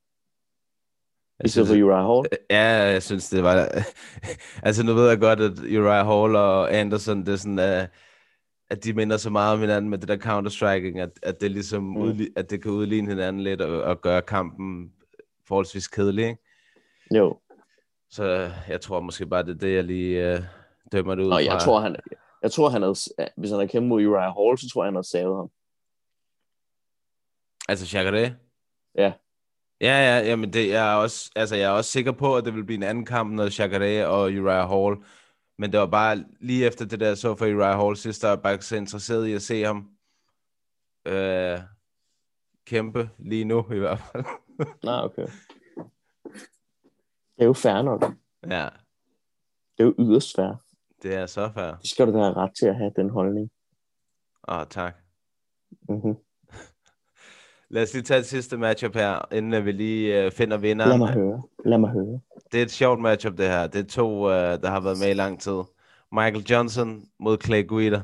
Speaker 6: I stedet for Uriah Hall?
Speaker 5: Ja, jeg synes, det var... altså, nu ved jeg godt, at Uriah Hall og Anderson, det er sådan, uh, at de minder så meget om hinanden med det der counter-striking, at, at det ligesom mm. udli- at det kan udligne hinanden lidt og, og gøre kampen forholdsvis kedelig, ikke?
Speaker 6: Jo.
Speaker 5: Så jeg tror måske bare, det er det, jeg lige uh, dømmer det ud
Speaker 6: Nå,
Speaker 5: fra.
Speaker 6: jeg tror, han, jeg tror, han havde, hvis han havde kæmpet mod Uriah Hall, så tror jeg, han havde savet ham.
Speaker 5: Altså, Jacare?
Speaker 6: Ja.
Speaker 5: Ja, ja, jamen det jeg er også, altså jeg er også sikker på, at det vil blive en anden kamp, når Jacare og Uriah Hall. Men det var bare lige efter det der, så for Uriah Hall sidst, der var bare så interesseret i at se ham øh, kæmpe lige nu i hvert fald.
Speaker 6: Nej, okay. Det er jo fair nok.
Speaker 5: Ja.
Speaker 6: Det er jo yderst fair.
Speaker 5: Det er så fair.
Speaker 6: Det skal du da have ret til at have den holdning.
Speaker 5: Åh, oh, tak.
Speaker 6: Mm-hmm.
Speaker 5: Lad os lige tage det sidste matchup her, inden vi lige uh, finder vinderen.
Speaker 6: Lad mig høre. Lad mig høre.
Speaker 5: Det er et sjovt matchup, det her. Det er to, uh, der har været med i lang tid. Michael Johnson mod Clay Guida.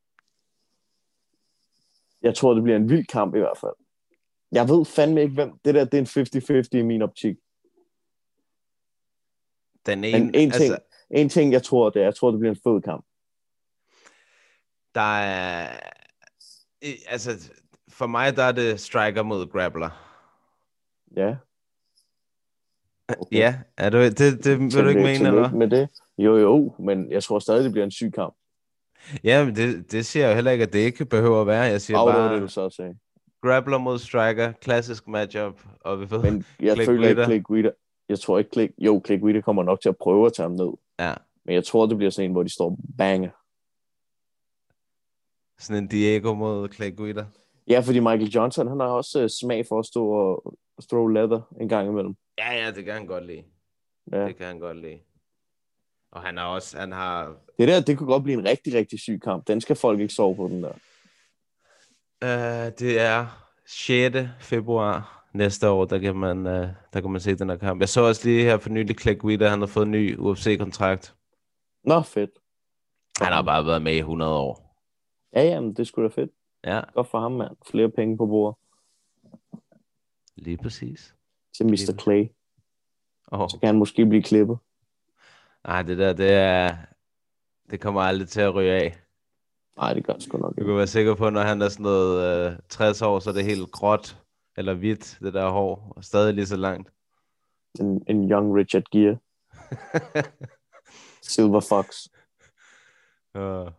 Speaker 6: Jeg tror, det bliver en vild kamp i hvert fald. Jeg ved fandme ikke, hvem. Det der, det er en halvtreds halvtreds i min optik.
Speaker 5: Den ene,
Speaker 6: Men en ting,
Speaker 5: altså,
Speaker 6: en ting, jeg tror, det er, jeg tror, det bliver en fed kamp.
Speaker 5: Der er... Altså, for mig, der er det striker mod grappler.
Speaker 6: Ja. Okay.
Speaker 5: Ja, er du, det, det vil du ikke mene, eller?
Speaker 6: Med det. Jo, jo, men jeg tror stadig, det bliver en syg kamp.
Speaker 5: Ja, men det, det siger jeg jo heller ikke, at det ikke behøver at være. Jeg siger
Speaker 6: oh,
Speaker 5: bare,
Speaker 6: det var det, du så sagde.
Speaker 5: Grappler mod striker, klassisk matchup. Og vi ved,
Speaker 6: men jeg
Speaker 5: Clay
Speaker 6: føler
Speaker 5: Guida.
Speaker 6: ikke, Clay Guida. Jeg tror ikke, Clay, jo, Clay Guida kommer nok til at prøve at tage ham ned.
Speaker 5: Ja.
Speaker 6: Men jeg tror, det bliver sådan en, hvor de står banger.
Speaker 5: Sådan en Diego mod Clay Guida.
Speaker 6: Ja, fordi Michael Johnson, han har også uh, smag for at stå og throw leather en gang imellem.
Speaker 5: Ja, ja, det kan han godt lide.
Speaker 6: Ja.
Speaker 5: Det kan han godt lide. Og han har også, han har...
Speaker 6: Det der, det kunne godt blive en rigtig, rigtig syg kamp. Den skal folk ikke sove på, den der.
Speaker 5: Uh, det er sjette februar næste år, der kan man, uh, der kan man se den her kamp. Jeg så også lige her for nylig Clay Guida, han har fået en ny U F C-kontrakt.
Speaker 6: Nå, fedt.
Speaker 5: Han har bare været med i hundrede år.
Speaker 6: Ja, jamen, det skulle da fedt.
Speaker 5: Ja.
Speaker 6: Godt for ham, mand. Flere penge på bordet.
Speaker 5: Lige præcis.
Speaker 6: Til mister Clay.
Speaker 5: Oh.
Speaker 6: Så kan han måske blive klippet.
Speaker 5: Nej, det der, det er... Det kommer aldrig til at ryge af.
Speaker 6: Nej, det gør sgu nok
Speaker 5: Du
Speaker 6: ikke.
Speaker 5: kan være sikker på, når han er sådan noget øh, tres år, så er det helt gråt eller hvidt, det der hår, og stadig lige så langt.
Speaker 6: En, en young Richard Gere. Silver Fox.
Speaker 5: Uh.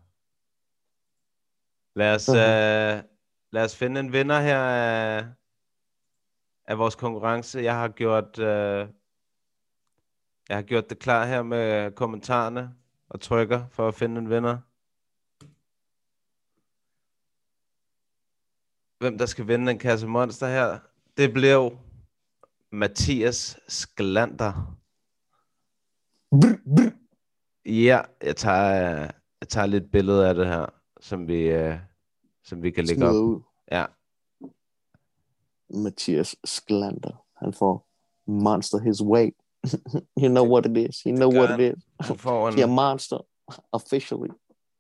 Speaker 5: Lad os, uh, lad os finde en vinder her af, af vores konkurrence. Jeg har gjort, uh, jeg har gjort det klar her med kommentarerne og trykker for at finde en vinder. Hvem der skal vinde en kasse monster her? Det blev Mathias Sklander.
Speaker 6: Brr, brr.
Speaker 5: Ja, jeg tager, jeg tager lidt billede af det her, som vi, uh, som vi kan lægge op.
Speaker 6: Ud.
Speaker 5: Ja.
Speaker 6: Mathias Sklander. Han får monster his way. You know what it is. You know what it is.
Speaker 5: Han får en...
Speaker 6: He a monster. Officially.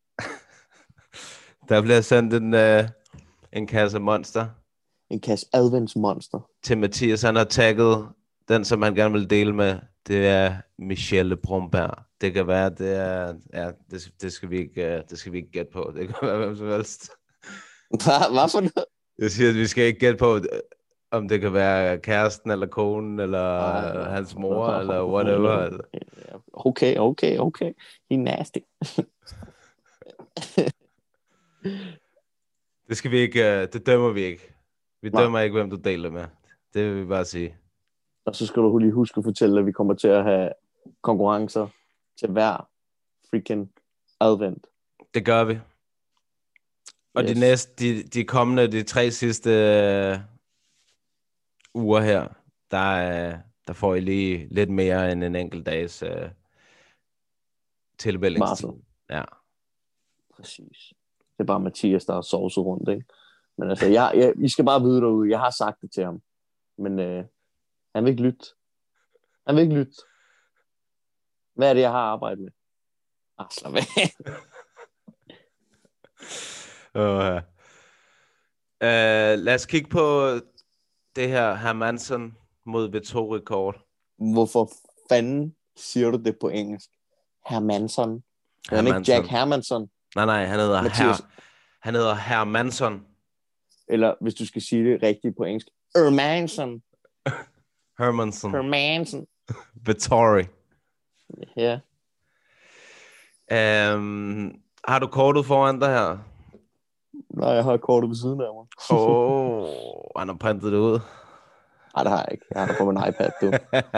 Speaker 5: Der bliver sendt en, uh, en kasse monster
Speaker 6: En kasse advents monster.
Speaker 5: til Mathias. Han har tagget den, som han gerne vil dele med. Det er Michelle Bromberg. Det kan være, det er... Ja, det, det, skal vi ikke, uh, det skal vi ikke gætte på. Det kan være hvem som helst.
Speaker 6: Hvad, hvad for noget?
Speaker 5: Jeg siger, at vi skal ikke gætte på, om det kan være kæresten, eller konen, eller
Speaker 6: Ej,
Speaker 5: hans mor, eller whatever.
Speaker 6: Okay, okay, okay. He nasty.
Speaker 5: Det skal vi ikke... Uh, det dømmer vi ikke. Vi
Speaker 6: Nej.
Speaker 5: dømmer ikke, hvem du deler med. Det vil vi bare sige.
Speaker 6: Og så skal du lige huske at fortælle, at vi kommer til at have konkurrencer til hver freaking advent.
Speaker 5: Det gør vi. Og yes. de næste, de, de kommende, de tre sidste uh, uger her, der, uh, der får I lige lidt mere end en enkelt dags uh, tilmeldingstid. Ja.
Speaker 6: Præcis. Det er bare Mathias, der har sovset rundt, ikke? Men altså, jeg, jeg, I skal bare vide derude, jeg har sagt det til ham. Men øh, han vil ikke lytte. Han vil ikke lytte. Hvad er det, jeg har arbejdet med? Ah, slap af.
Speaker 5: Uh, Uh, lad os kigge på det her Hermansson mod Vettori-kort.
Speaker 6: Hvorfor fanden siger du det på engelsk? Hermansson. Han er ikke Jack Hermansson.
Speaker 5: Nej, nej, han hedder
Speaker 6: Mathias.
Speaker 5: Her, han hedder Hermansson.
Speaker 6: Eller hvis du skal sige det rigtigt på engelsk. Hermansson.
Speaker 5: Hermansson.
Speaker 6: Hermansson.
Speaker 5: Vettori.
Speaker 6: Ja.
Speaker 5: Um, har du kortet foran dig her?
Speaker 6: Nej, jeg har kortet ved siden af mig.
Speaker 5: Åh, oh, han har printet det ud.
Speaker 6: Nej, det har jeg ikke. Jeg har det på min iPad, du.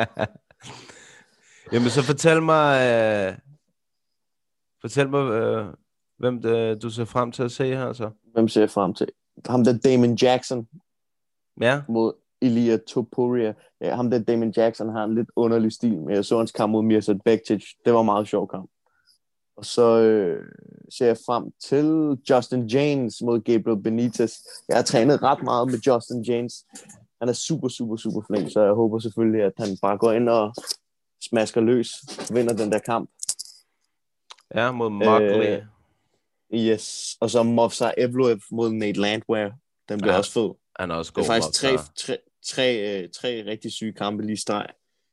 Speaker 5: Jamen, så fortæl mig... Uh, fortæl mig, uh, hvem det, du ser frem til at se her, så.
Speaker 6: Hvem ser jeg frem til? Ham der Damon Jackson.
Speaker 5: Ja.
Speaker 6: Mod Ilia Topuria. Ja, ham der Damon Jackson har en lidt underlig stil, men jeg så hans kamp mod Mirsad Bektic. Det var en meget sjov kamp. Og så øh, ser jeg frem til Justin James mod Gabriel Benitez. Jeg har trænet ret meget med Justin James. Han er super, super, super flink, så jeg håber selvfølgelig, at han bare går ind og smasker løs, vinder den der kamp.
Speaker 5: Ja, mod Mockley.
Speaker 6: Øh, yes. Og så Movsar Evloev mod Nate Landwehr. Den bliver
Speaker 5: ja,
Speaker 6: også fed.
Speaker 5: Han er også god.
Speaker 6: Det er faktisk tre, tre, tre, tre rigtig syge kampe lige i streg.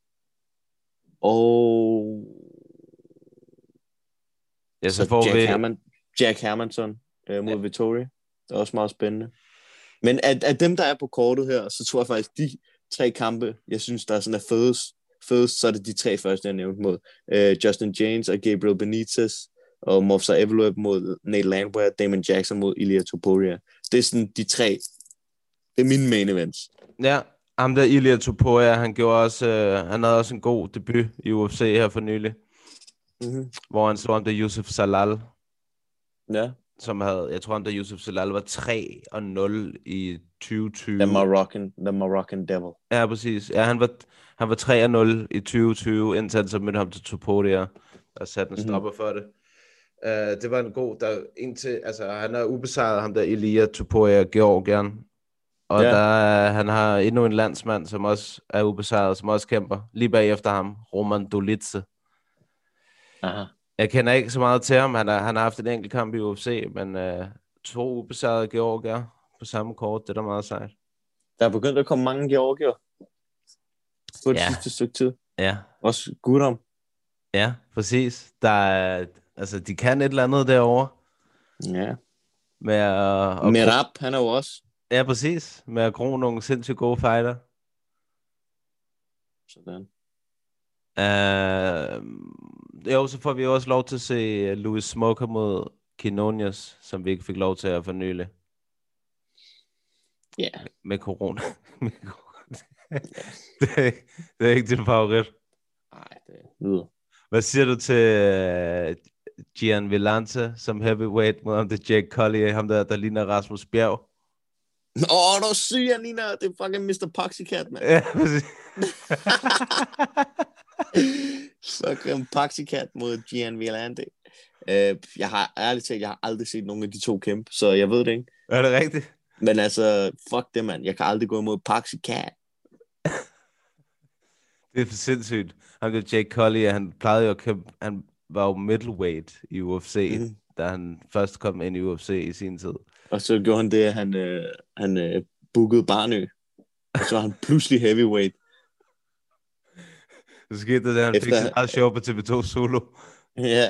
Speaker 6: Og...
Speaker 5: Ja, så,
Speaker 6: så
Speaker 5: får
Speaker 6: Jack,
Speaker 5: vi...
Speaker 6: Herman, Jack Hermansson øh, mod ja. Vettori. Det er også meget spændende. Men af, af dem, der er på kortet her, så tror jeg faktisk, de tre kampe, jeg synes, der er sådan er fedest, fedest så er det de tre første, jeg nævnte mod. Øh, Justin James og Gabriel Benitez, og Movsar Evloev mod Nate Landwehr, Damon Jackson mod Ilia Topuria. Det er sådan de tre. Det er mine main events.
Speaker 5: Ja, ham der Ilia Topuria, han gjorde også, øh, han havde også en god debut i U F C her for nylig. Mm-hmm. Hvor han slog ham der Yusuf Zalal.
Speaker 6: Ja.
Speaker 5: Som havde, jeg tror ham der Yusuf Zalal var tre og nul i tyve tyve.
Speaker 6: The Moroccan, the Moroccan Devil.
Speaker 5: Ja, præcis. Ja, han var, han var tre og nul i tyve tyve, indtil han så mødte ham til Topuria og satte en stopper mm-hmm. for det. Uh, det var en god, der indtil, altså han er ubesejret, ham der Ilia Topuria, Georgien. Og ja. der, han har endnu en landsmand, som også er ubesejret, som også kæmper. Lige bagefter ham, Roman Dolidze.
Speaker 6: Aha.
Speaker 5: Jeg kender ikke så meget til ham. Han har, han har haft en enkelt kamp i U F C, men uh, to ubesejrede georgier på samme kort, det er da meget sejt.
Speaker 6: Der er begyndt at komme mange georgier på det ja. sidste stykke tid.
Speaker 5: Ja.
Speaker 6: Også Gudam.
Speaker 5: Ja, præcis. Der er, altså, de kan et eller andet derovre.
Speaker 6: Ja.
Speaker 5: Med at... Uh,
Speaker 6: Merab, han er jo også.
Speaker 5: Ja, præcis. Med at gro nogle sindssygt gode fighter.
Speaker 6: Sådan.
Speaker 5: Uh, jo, så får vi også lov til at se Louis Smoker mod Quinones, som vi ikke fik lov til at for nylig.
Speaker 6: Ja. Yeah.
Speaker 5: Med corona. det, er, det er ikke din favorit.
Speaker 6: Nej, det lyder.
Speaker 5: Hvad siger du til uh, Gian Villante som heavyweight mod ham, det Jake Collier, ham der, der ligner Rasmus Bjerg?
Speaker 6: Åh, oh, du er syg, han ligner, det er fucking mister Poxycat, mand.
Speaker 5: Ja, præcis.
Speaker 6: Fucking Poxycat mod Gian Villante. Uh, jeg har ærligt talt, jeg har aldrig set nogen af de to kæmpe, så jeg ved det ikke.
Speaker 5: Er det rigtigt?
Speaker 6: Men altså, fuck det, mand. Jeg kan aldrig gå imod Poxycat.
Speaker 5: Det er for sindssygt. Han der Jake Collier, han plejede jo at kæmpe, han var jo middleweight i U F C, mm. da han først kom ind i U F C i sin tid. Og
Speaker 6: så gjorde han det, at han, øh, han øh, bookede Barnø. Og så var han pludselig heavyweight.
Speaker 5: Så skete det der, han Efter... fik så meget show på T V to Solo.
Speaker 6: Ja.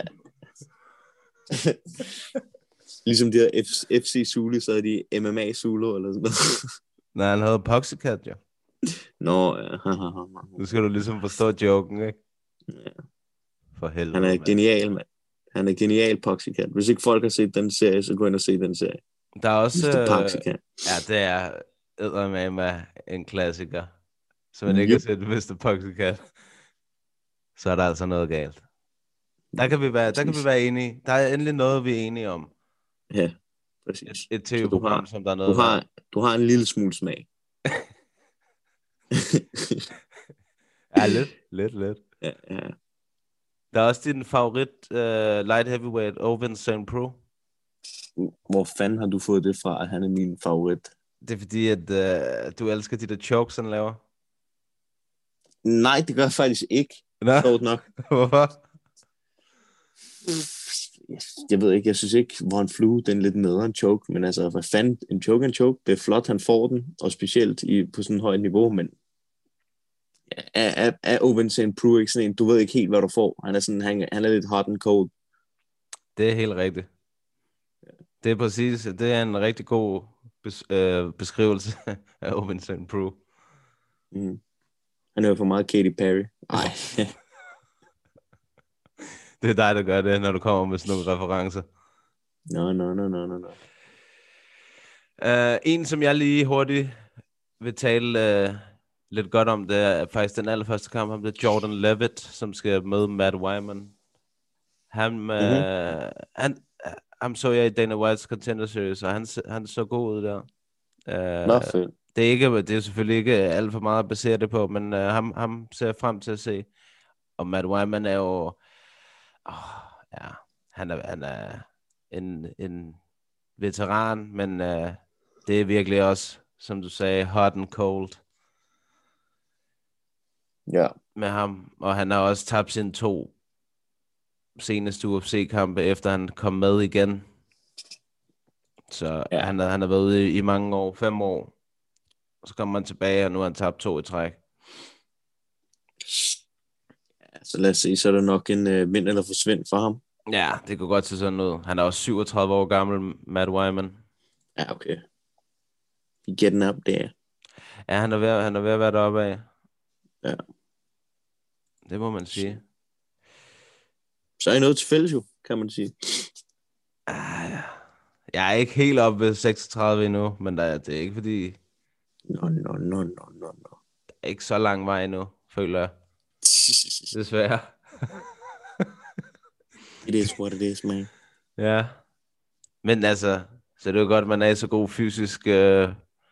Speaker 6: Ligesom de her F C Zulu, så er de M M A Zulu eller sådan noget.
Speaker 5: Nej, han havde Poxycat, ja.
Speaker 6: Nå, ja.
Speaker 5: Nu skal du ligesom forstå joken, ikke?
Speaker 6: Ja.
Speaker 5: For helvede,
Speaker 6: han er
Speaker 5: man.
Speaker 6: Genial, mand. Han er genial, Poxycat. Hvis ikke folk har set den serie, så gå ind og se den serie.
Speaker 5: Der er også...
Speaker 6: mister Poxycat.
Speaker 5: Ja, det er eddermame en klassiker. Så man ikke yep. har set mister Poxycat, så er der altså noget galt. Der kan vi være, der kan vi være enige. Der er endelig noget, vi er enige om.
Speaker 6: Ja, præcis.
Speaker 5: Et, et T V-program, som der er noget...
Speaker 6: Du har, du har en lille smule smag.
Speaker 5: Ja, lidt, lidt, lidt.
Speaker 6: Ja, ja.
Speaker 5: Der er også din favorit uh, light heavyweight, Ovince Saint Preux.
Speaker 6: Hvor fanden har du fået det fra, at han er min favorit?
Speaker 5: Det er fordi, at uh, du elsker de der chokes, han laver.
Speaker 6: Nej, det gør jeg faktisk ikke.
Speaker 5: Nå,
Speaker 6: Stort nok.
Speaker 5: Hvorfor?
Speaker 6: jeg, jeg ved ikke, jeg synes ikke, hvor han flew, den lidt nederen choke, men altså, hvad fanden, en choke en choke, det er flot, han får den, og specielt i, på sådan et højt niveau, men er, er, er Ovince Saint Preux ikke sådan en, du ved ikke helt, hvad du får. Han er sådan, han, han er lidt hot and cold.
Speaker 5: Det er helt rigtigt. Det er præcis, det er en rigtig god bes, øh, beskrivelse af Ovince Saint Preux.
Speaker 6: Mm. Han er jo for meget Katy Perry. Ej.
Speaker 5: Det er dig, der gør det, når du kommer med sådan nogle referencer.
Speaker 6: Nå, no, no, no, no, no.
Speaker 5: Uh, en, som jeg lige hurtigt vil tale uh, lidt godt om, det er faktisk den allerførste kamp, ham, det er Jordan Levitt, som skal møde Matt Wyman. Han, uh, mm-hmm. han, ham så jeg i Dana White's Contender Series, og han, han så god ud der. Uh,
Speaker 6: Nå, fedt.
Speaker 5: Det er, ikke, det er selvfølgelig ikke alt for meget at basere det på, men uh, ham, ham ser jeg frem til at se. Og Matt Wyman er jo... Oh, ja, han er, han er en, en veteran, men uh, det er virkelig også, som du sagde, hot and cold.
Speaker 6: Ja.
Speaker 5: Med ham. Og han har også tabt sine to seneste U F C-kampe, efter han kom med igen. Så ja. han, han har været ude i, i mange år, fem år. Så kommer han tilbage, og nu har han tabt to i træk.
Speaker 6: Ja, så lad os se, så er der nok en uh, vind eller forsvind for ham.
Speaker 5: Ja, det kunne godt se sådan ud. Han er også syvogtredive år gammel, Matt Wyman.
Speaker 6: Ja, okay. He getting up there.
Speaker 5: Ja, han er ved, han er ved at være deroppe af.
Speaker 6: Ja.
Speaker 5: Det må man sige.
Speaker 6: Så er I noget til fælles jo, kan man sige.
Speaker 5: Ah, ja. Jeg er ikke helt oppe ved seksogtredive endnu, men der, det er ikke fordi...
Speaker 6: Nå, nå, nå, nå, nå, nå.
Speaker 5: Der er ikke så lang vej endnu, føler jeg. Desværre.
Speaker 6: It is what it is, man.
Speaker 5: Ja. Men altså, så det er jo godt, at man er i så god fysisk øh,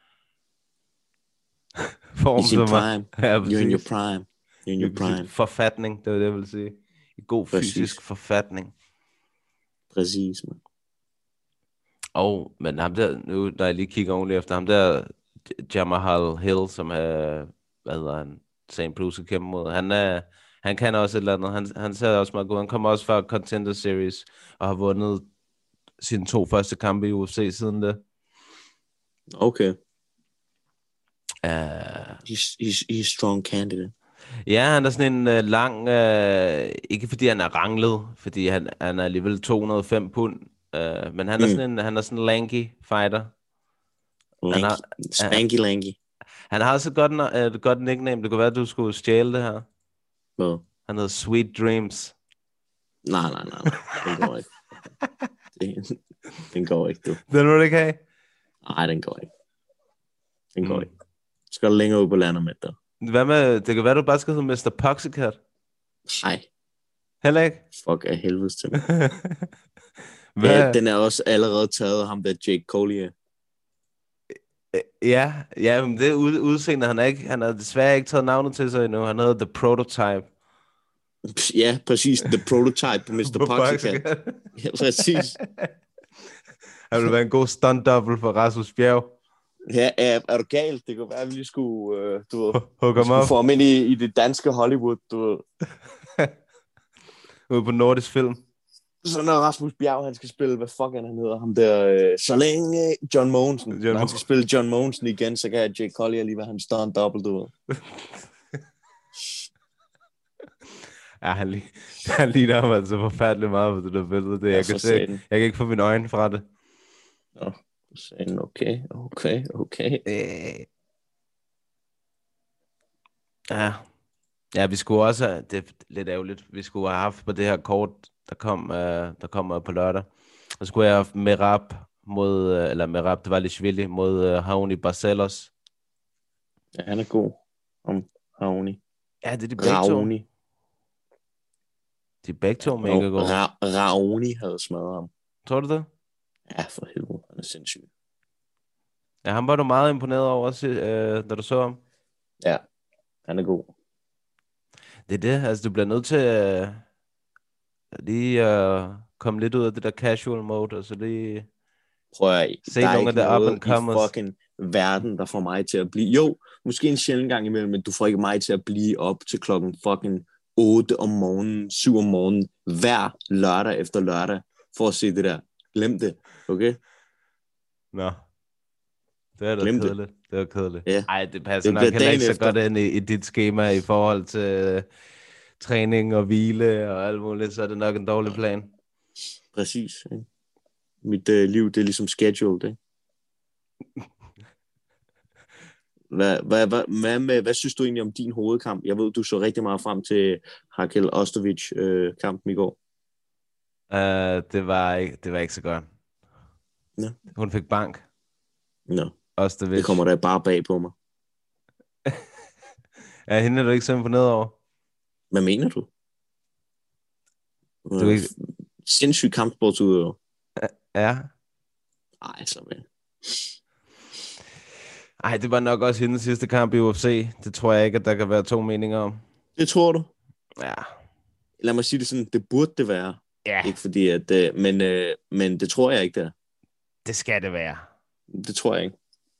Speaker 5: form.
Speaker 6: It's in
Speaker 5: som
Speaker 6: prime.
Speaker 5: Ja,
Speaker 6: You're in your prime. You're in your prime.
Speaker 5: Forfatning, det er det, jeg vil sige. I god
Speaker 6: Præcis.
Speaker 5: fysisk forfatning.
Speaker 6: Præcis, man.
Speaker 5: Og, men ham der, nu når jeg lige kigger ordentligt efter ham der, Jamahal Hill, som er, hvad hedder han, Saint Preux skal kæmpe mod, han er, han kan også et eller andet, han, han ser også meget god, han kommer også fra Contender Series, og har vundet sine to første kampe i U F C siden det.
Speaker 6: Okay.
Speaker 5: Uh,
Speaker 6: He's, he's, he's strong candidate.
Speaker 5: ja, han er sådan en uh, lang, uh, ikke fordi han er ranglet, fordi han, han er alligevel to hundrede og fem pund, uh, men han er, mm. sådan en, han er sådan en lanky fighter.
Speaker 6: Lanky.
Speaker 5: Han har,
Speaker 6: Spanky lanky.
Speaker 5: Han har også et godt, et godt nickname. Det kunne være, at du skulle stjæle det her.
Speaker 6: Hvad?
Speaker 5: Han hedder Sweet Dreams.
Speaker 6: Nej, nej, nej. Den går ikke. Den, den går ikke, du.
Speaker 5: Den vil du ikke have?
Speaker 6: Nej, den går ikke. Den går
Speaker 5: Mm.
Speaker 6: ikke. Skal du længere ud på landet med dig?
Speaker 5: Hvad med, det kan være, du bare skal hedde mister Poxycat.
Speaker 6: Nej.
Speaker 5: Heller ikke?
Speaker 6: Fuck af helvedes til mig.
Speaker 5: Hvad?
Speaker 6: Ja, den er også allerede taget af ham der Jake Collier.
Speaker 5: Ja, ja, men det er ud, udseende. Han, er ikke, han har desværre ikke taget navnet til sig endnu. Han hedder The Prototype.
Speaker 6: Ja, præcis. The Prototype på mister Poxycat. Ja, præcis.
Speaker 5: Han ville være en god stunt double for Rasmus Bjerg.
Speaker 6: Ja, er, er du galt? Det kunne være, at vi lige skulle, øh, du ved,
Speaker 5: Hugger
Speaker 6: skulle
Speaker 5: op.
Speaker 6: få ham ind i, i det danske Hollywood, du ved.
Speaker 5: Ude på Nordisk Film.
Speaker 6: Så når Rasmus Bjerg, han skal spille, hvad fuck han hedder, ham der, øh, så længe John Mogensen.
Speaker 5: John
Speaker 6: Når han
Speaker 5: Mo-
Speaker 6: skal spille John Mogensen igen, så kan jeg Jake Collier lige være hans stunt double, du ved.
Speaker 5: Ja, han, lige, han ligner ham altså forfærdeligt meget på det der billede. Det,
Speaker 6: Ja,
Speaker 5: jeg,
Speaker 6: for
Speaker 5: kan se,
Speaker 6: satan.
Speaker 5: jeg kan ikke få mine øjne fra det.
Speaker 6: Nå, så okay, okay, okay.
Speaker 5: Øh. Ja. Ja, vi skulle også have, det er lidt ærgerligt, vi skulle have haft på det her kort, der kom, øh, der kommer på lørdag. Så skulle jeg have haft Merab mod, øh, eller Merab, det var Lishvili, mod øh, Raoni Barcelos.
Speaker 6: Ja, han er god. Om Raoni.
Speaker 5: Ja, det er de begge to.
Speaker 6: Raoni.
Speaker 5: De er begge to mega gode.
Speaker 6: Ra- Raoni havde smadret ham.
Speaker 5: Tror du det?
Speaker 6: Ja, for helvede. Han er sindssyg.
Speaker 5: Ja, ham var du meget imponeret over, også, øh, da du så ham.
Speaker 6: Ja, han er god.
Speaker 5: Det er det, altså du bliver nødt til øh, lige at øh, komme lidt ud af det der casual mode, og så lige
Speaker 6: Prøv at
Speaker 5: se
Speaker 6: der er
Speaker 5: nogle af
Speaker 6: ikke
Speaker 5: det up
Speaker 6: noget
Speaker 5: and comers.
Speaker 6: i fucking verden, der får mig til at blive... Jo, måske en sjældent gang imellem, men du får ikke mig til at blive op til klokken fucking otte om morgenen, syv om morgenen, hver lørdag efter lørdag, for at se det der. Glem det, okay?
Speaker 5: Nå. Det er da
Speaker 6: Glem
Speaker 5: kedeligt. Det. det er kedeligt.
Speaker 6: Ja.
Speaker 5: Ej, det passer
Speaker 6: Det
Speaker 5: nok
Speaker 6: bliver
Speaker 5: heller ikke så
Speaker 6: dagen
Speaker 5: godt ind i, i dit schema i forhold til uh, træning og hvile og alt muligt, så er det nok en dårlig plan.
Speaker 6: Præcis. Ikke? Mit øh, liv, det er ligesom scheduled, ikke? Hvad, hvad, hvad, hvad, med, hvad synes du egentlig om din hovedkamp? Jeg ved, du så rigtig meget frem til Raquel Ostovic-kampen øh, i går.
Speaker 5: Uh, det, var ikke, det var ikke så godt.
Speaker 6: Ja.
Speaker 5: Hun fik bank.
Speaker 6: Nå,
Speaker 5: Ostovic.
Speaker 6: det kommer da bare bag på mig.
Speaker 5: Ja, hende er du ikke så imponeret over?
Speaker 6: Hvad mener du?
Speaker 5: Du er ikke...
Speaker 6: Sindssyg kampsportsudøver.
Speaker 5: Ja.
Speaker 6: Ej, så vel.
Speaker 5: Ej, det var nok også hendes sidste kamp i U F C. Det tror jeg ikke, at der kan være to meninger om.
Speaker 6: Det tror du?
Speaker 5: Ja.
Speaker 6: Lad mig sige det sådan, det burde det være.
Speaker 5: Ja.
Speaker 6: Ikke fordi, at... Øh, men, øh, men det tror jeg ikke, det er.
Speaker 5: Det skal det være.
Speaker 6: Det tror jeg ikke.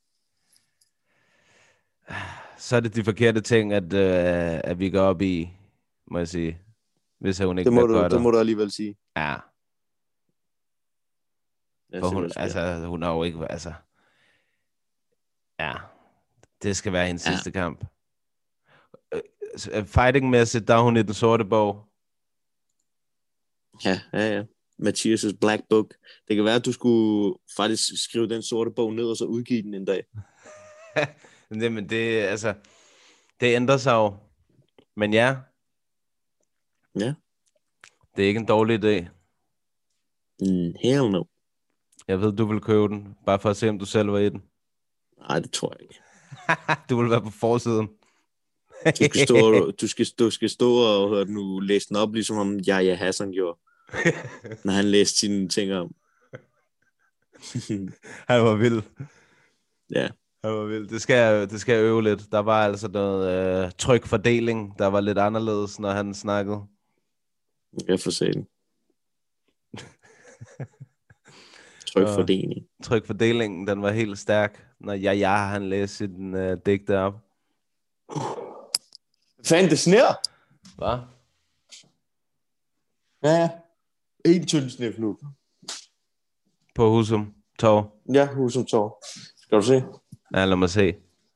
Speaker 5: Så er det de forkerte ting, at, øh, at vi går op i, må jeg sige. Hvis hun ikke
Speaker 6: det må,
Speaker 5: bliver
Speaker 6: du, det må du alligevel sige.
Speaker 5: Ja. For hun, altså, hun har jo ikke... Altså, ja. Det skal være hendes ja. sidste kamp. Fighting-mæssigt, der er hun i den sorte bog.
Speaker 6: Ja, ja, ja. Mathias' Black Book. Det kan være, at du skulle faktisk skrive den sorte bog ned, og så udgive den en dag.
Speaker 5: Jamen, det, altså, det ændrer sig jo. Men ja.
Speaker 6: Ja.
Speaker 5: Det er ikke en dårlig idé.
Speaker 6: Mm, hell no.
Speaker 5: Jeg ved, du vil købe den, bare for at se, om du selv var i den.
Speaker 6: Nej, det tror jeg ikke.
Speaker 5: Du vil være på forsiden.
Speaker 6: Du skal stå, du skal, du skal stå og høre nu læse den op, ligesom om Yahya Hassan gjorde. Når han læste sine ting om.
Speaker 5: Han var vild.
Speaker 6: Ja.
Speaker 5: Han var vild. Det skal jeg, det skal jeg øve lidt. Der var altså noget øh, trykfordeling, der var lidt anderledes, når han snakkede.
Speaker 6: Jeg får se den. Trykfordeling.
Speaker 5: Trykfordelingen, den var helt stærk, når jeg, jeg han læste sin øh, digte op.
Speaker 6: Fanden, det sner!
Speaker 5: Hvad?
Speaker 6: Ja, en tynd snif nu.
Speaker 5: På Husum Torv.
Speaker 6: Ja, Husum Torv. Skal du se?
Speaker 5: Ja, lad mig se.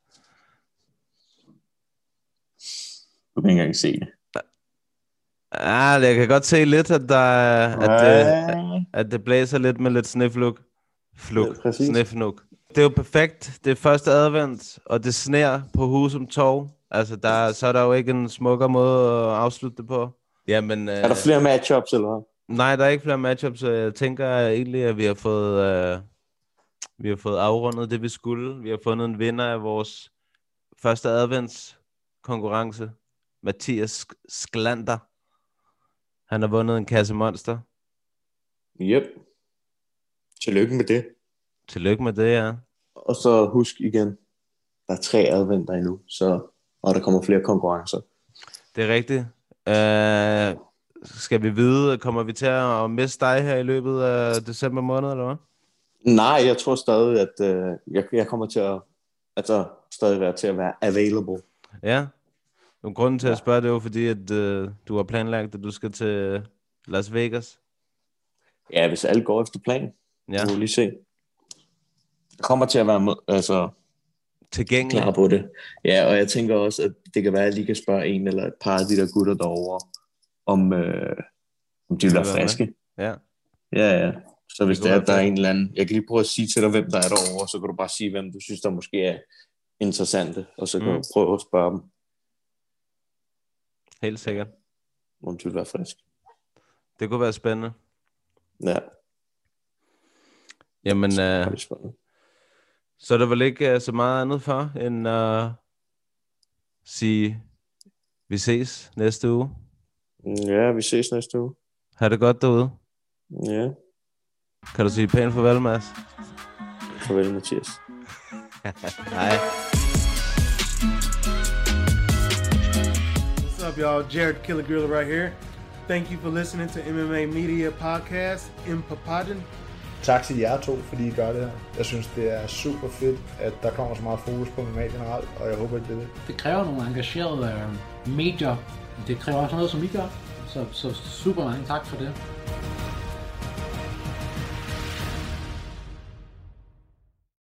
Speaker 6: Du kan ikke engang se det.
Speaker 5: Ja, jeg kan godt se lidt, at, der, at, det, at det blæser lidt med lidt snifluk. Fluk. Ja, snifnuk. Det er jo perfekt. Det er første advent, og det sner på Husum Torv. Altså, der, så er der jo ikke en smukkere måde at afslutte det på. Jamen,
Speaker 6: er der flere matchups, eller hvad?
Speaker 5: Nej, der er ikke flere matchups, så jeg tænker egentlig, at vi har fået, øh, vi har fået afrundet det, vi skulle. Vi har fundet en vinder af vores første advents konkurrence. Mathias Sklander. Han har vundet en kasse Monster.
Speaker 6: Yep. Tillykke med det.
Speaker 5: Tillykke med det, ja.
Speaker 6: Og så husk igen, der er tre adventer endnu, så, og der kommer flere konkurrencer.
Speaker 5: Det er rigtigt. Uh, skal vi vide, kommer vi til at miste dig her i løbet af december måned, eller hvad?
Speaker 6: Nej, jeg tror stadig, at uh, jeg, jeg kommer til at altså, stadig være til at være available.
Speaker 5: Ja. Og grunden til at spørge, det er jo fordi, at uh, du har planlagt, at du skal til Las Vegas.
Speaker 6: Ja, hvis alt går efter plan.
Speaker 5: Ja.
Speaker 6: Du må lige se. Jeg kommer til at være med, altså,
Speaker 5: tilgængelig.
Speaker 6: Klar på det. Ja, og jeg tænker også, at det kan være, at jeg lige kan spørge en eller et par af de der gutter derovre, om, øh, om de vil være friske.
Speaker 5: Ja.
Speaker 6: Ja, ja. Så hvis det, det er, at der er en eller anden... Jeg kan lige prøve at sige til dig, hvem der er derovre, så kan du bare sige, hvem du synes, der måske er interessante, og så kan mm. du prøve at spørge dem.
Speaker 5: Helt sikkert.
Speaker 6: Om de vil være friske.
Speaker 5: Det kunne være spændende.
Speaker 6: Ja.
Speaker 5: Jamen, øh, så er der vel ikke uh, så meget andet for, end at uh, sige, vi ses næste uge.
Speaker 6: Ja, vi ses næste uge.
Speaker 5: Ha' det godt derude.
Speaker 6: Ja.
Speaker 5: Kan du sige pænt farvel, Mads?
Speaker 6: Farvel, Mathias.
Speaker 5: Hej.
Speaker 1: What's up, y'all? Jared Killer Gorilla right here. Thank you for listening to M M A Media Podcast in Papadden.
Speaker 2: Tak til jer to, fordi I gør det her. Jeg synes, det er super fedt, at der kommer så meget fokus på M M A generelt, og jeg håber, at det er det.
Speaker 7: Det kræver nogle engagerede øh, medier. Det kræver også noget, som I gør. Så, så super mange tak for det.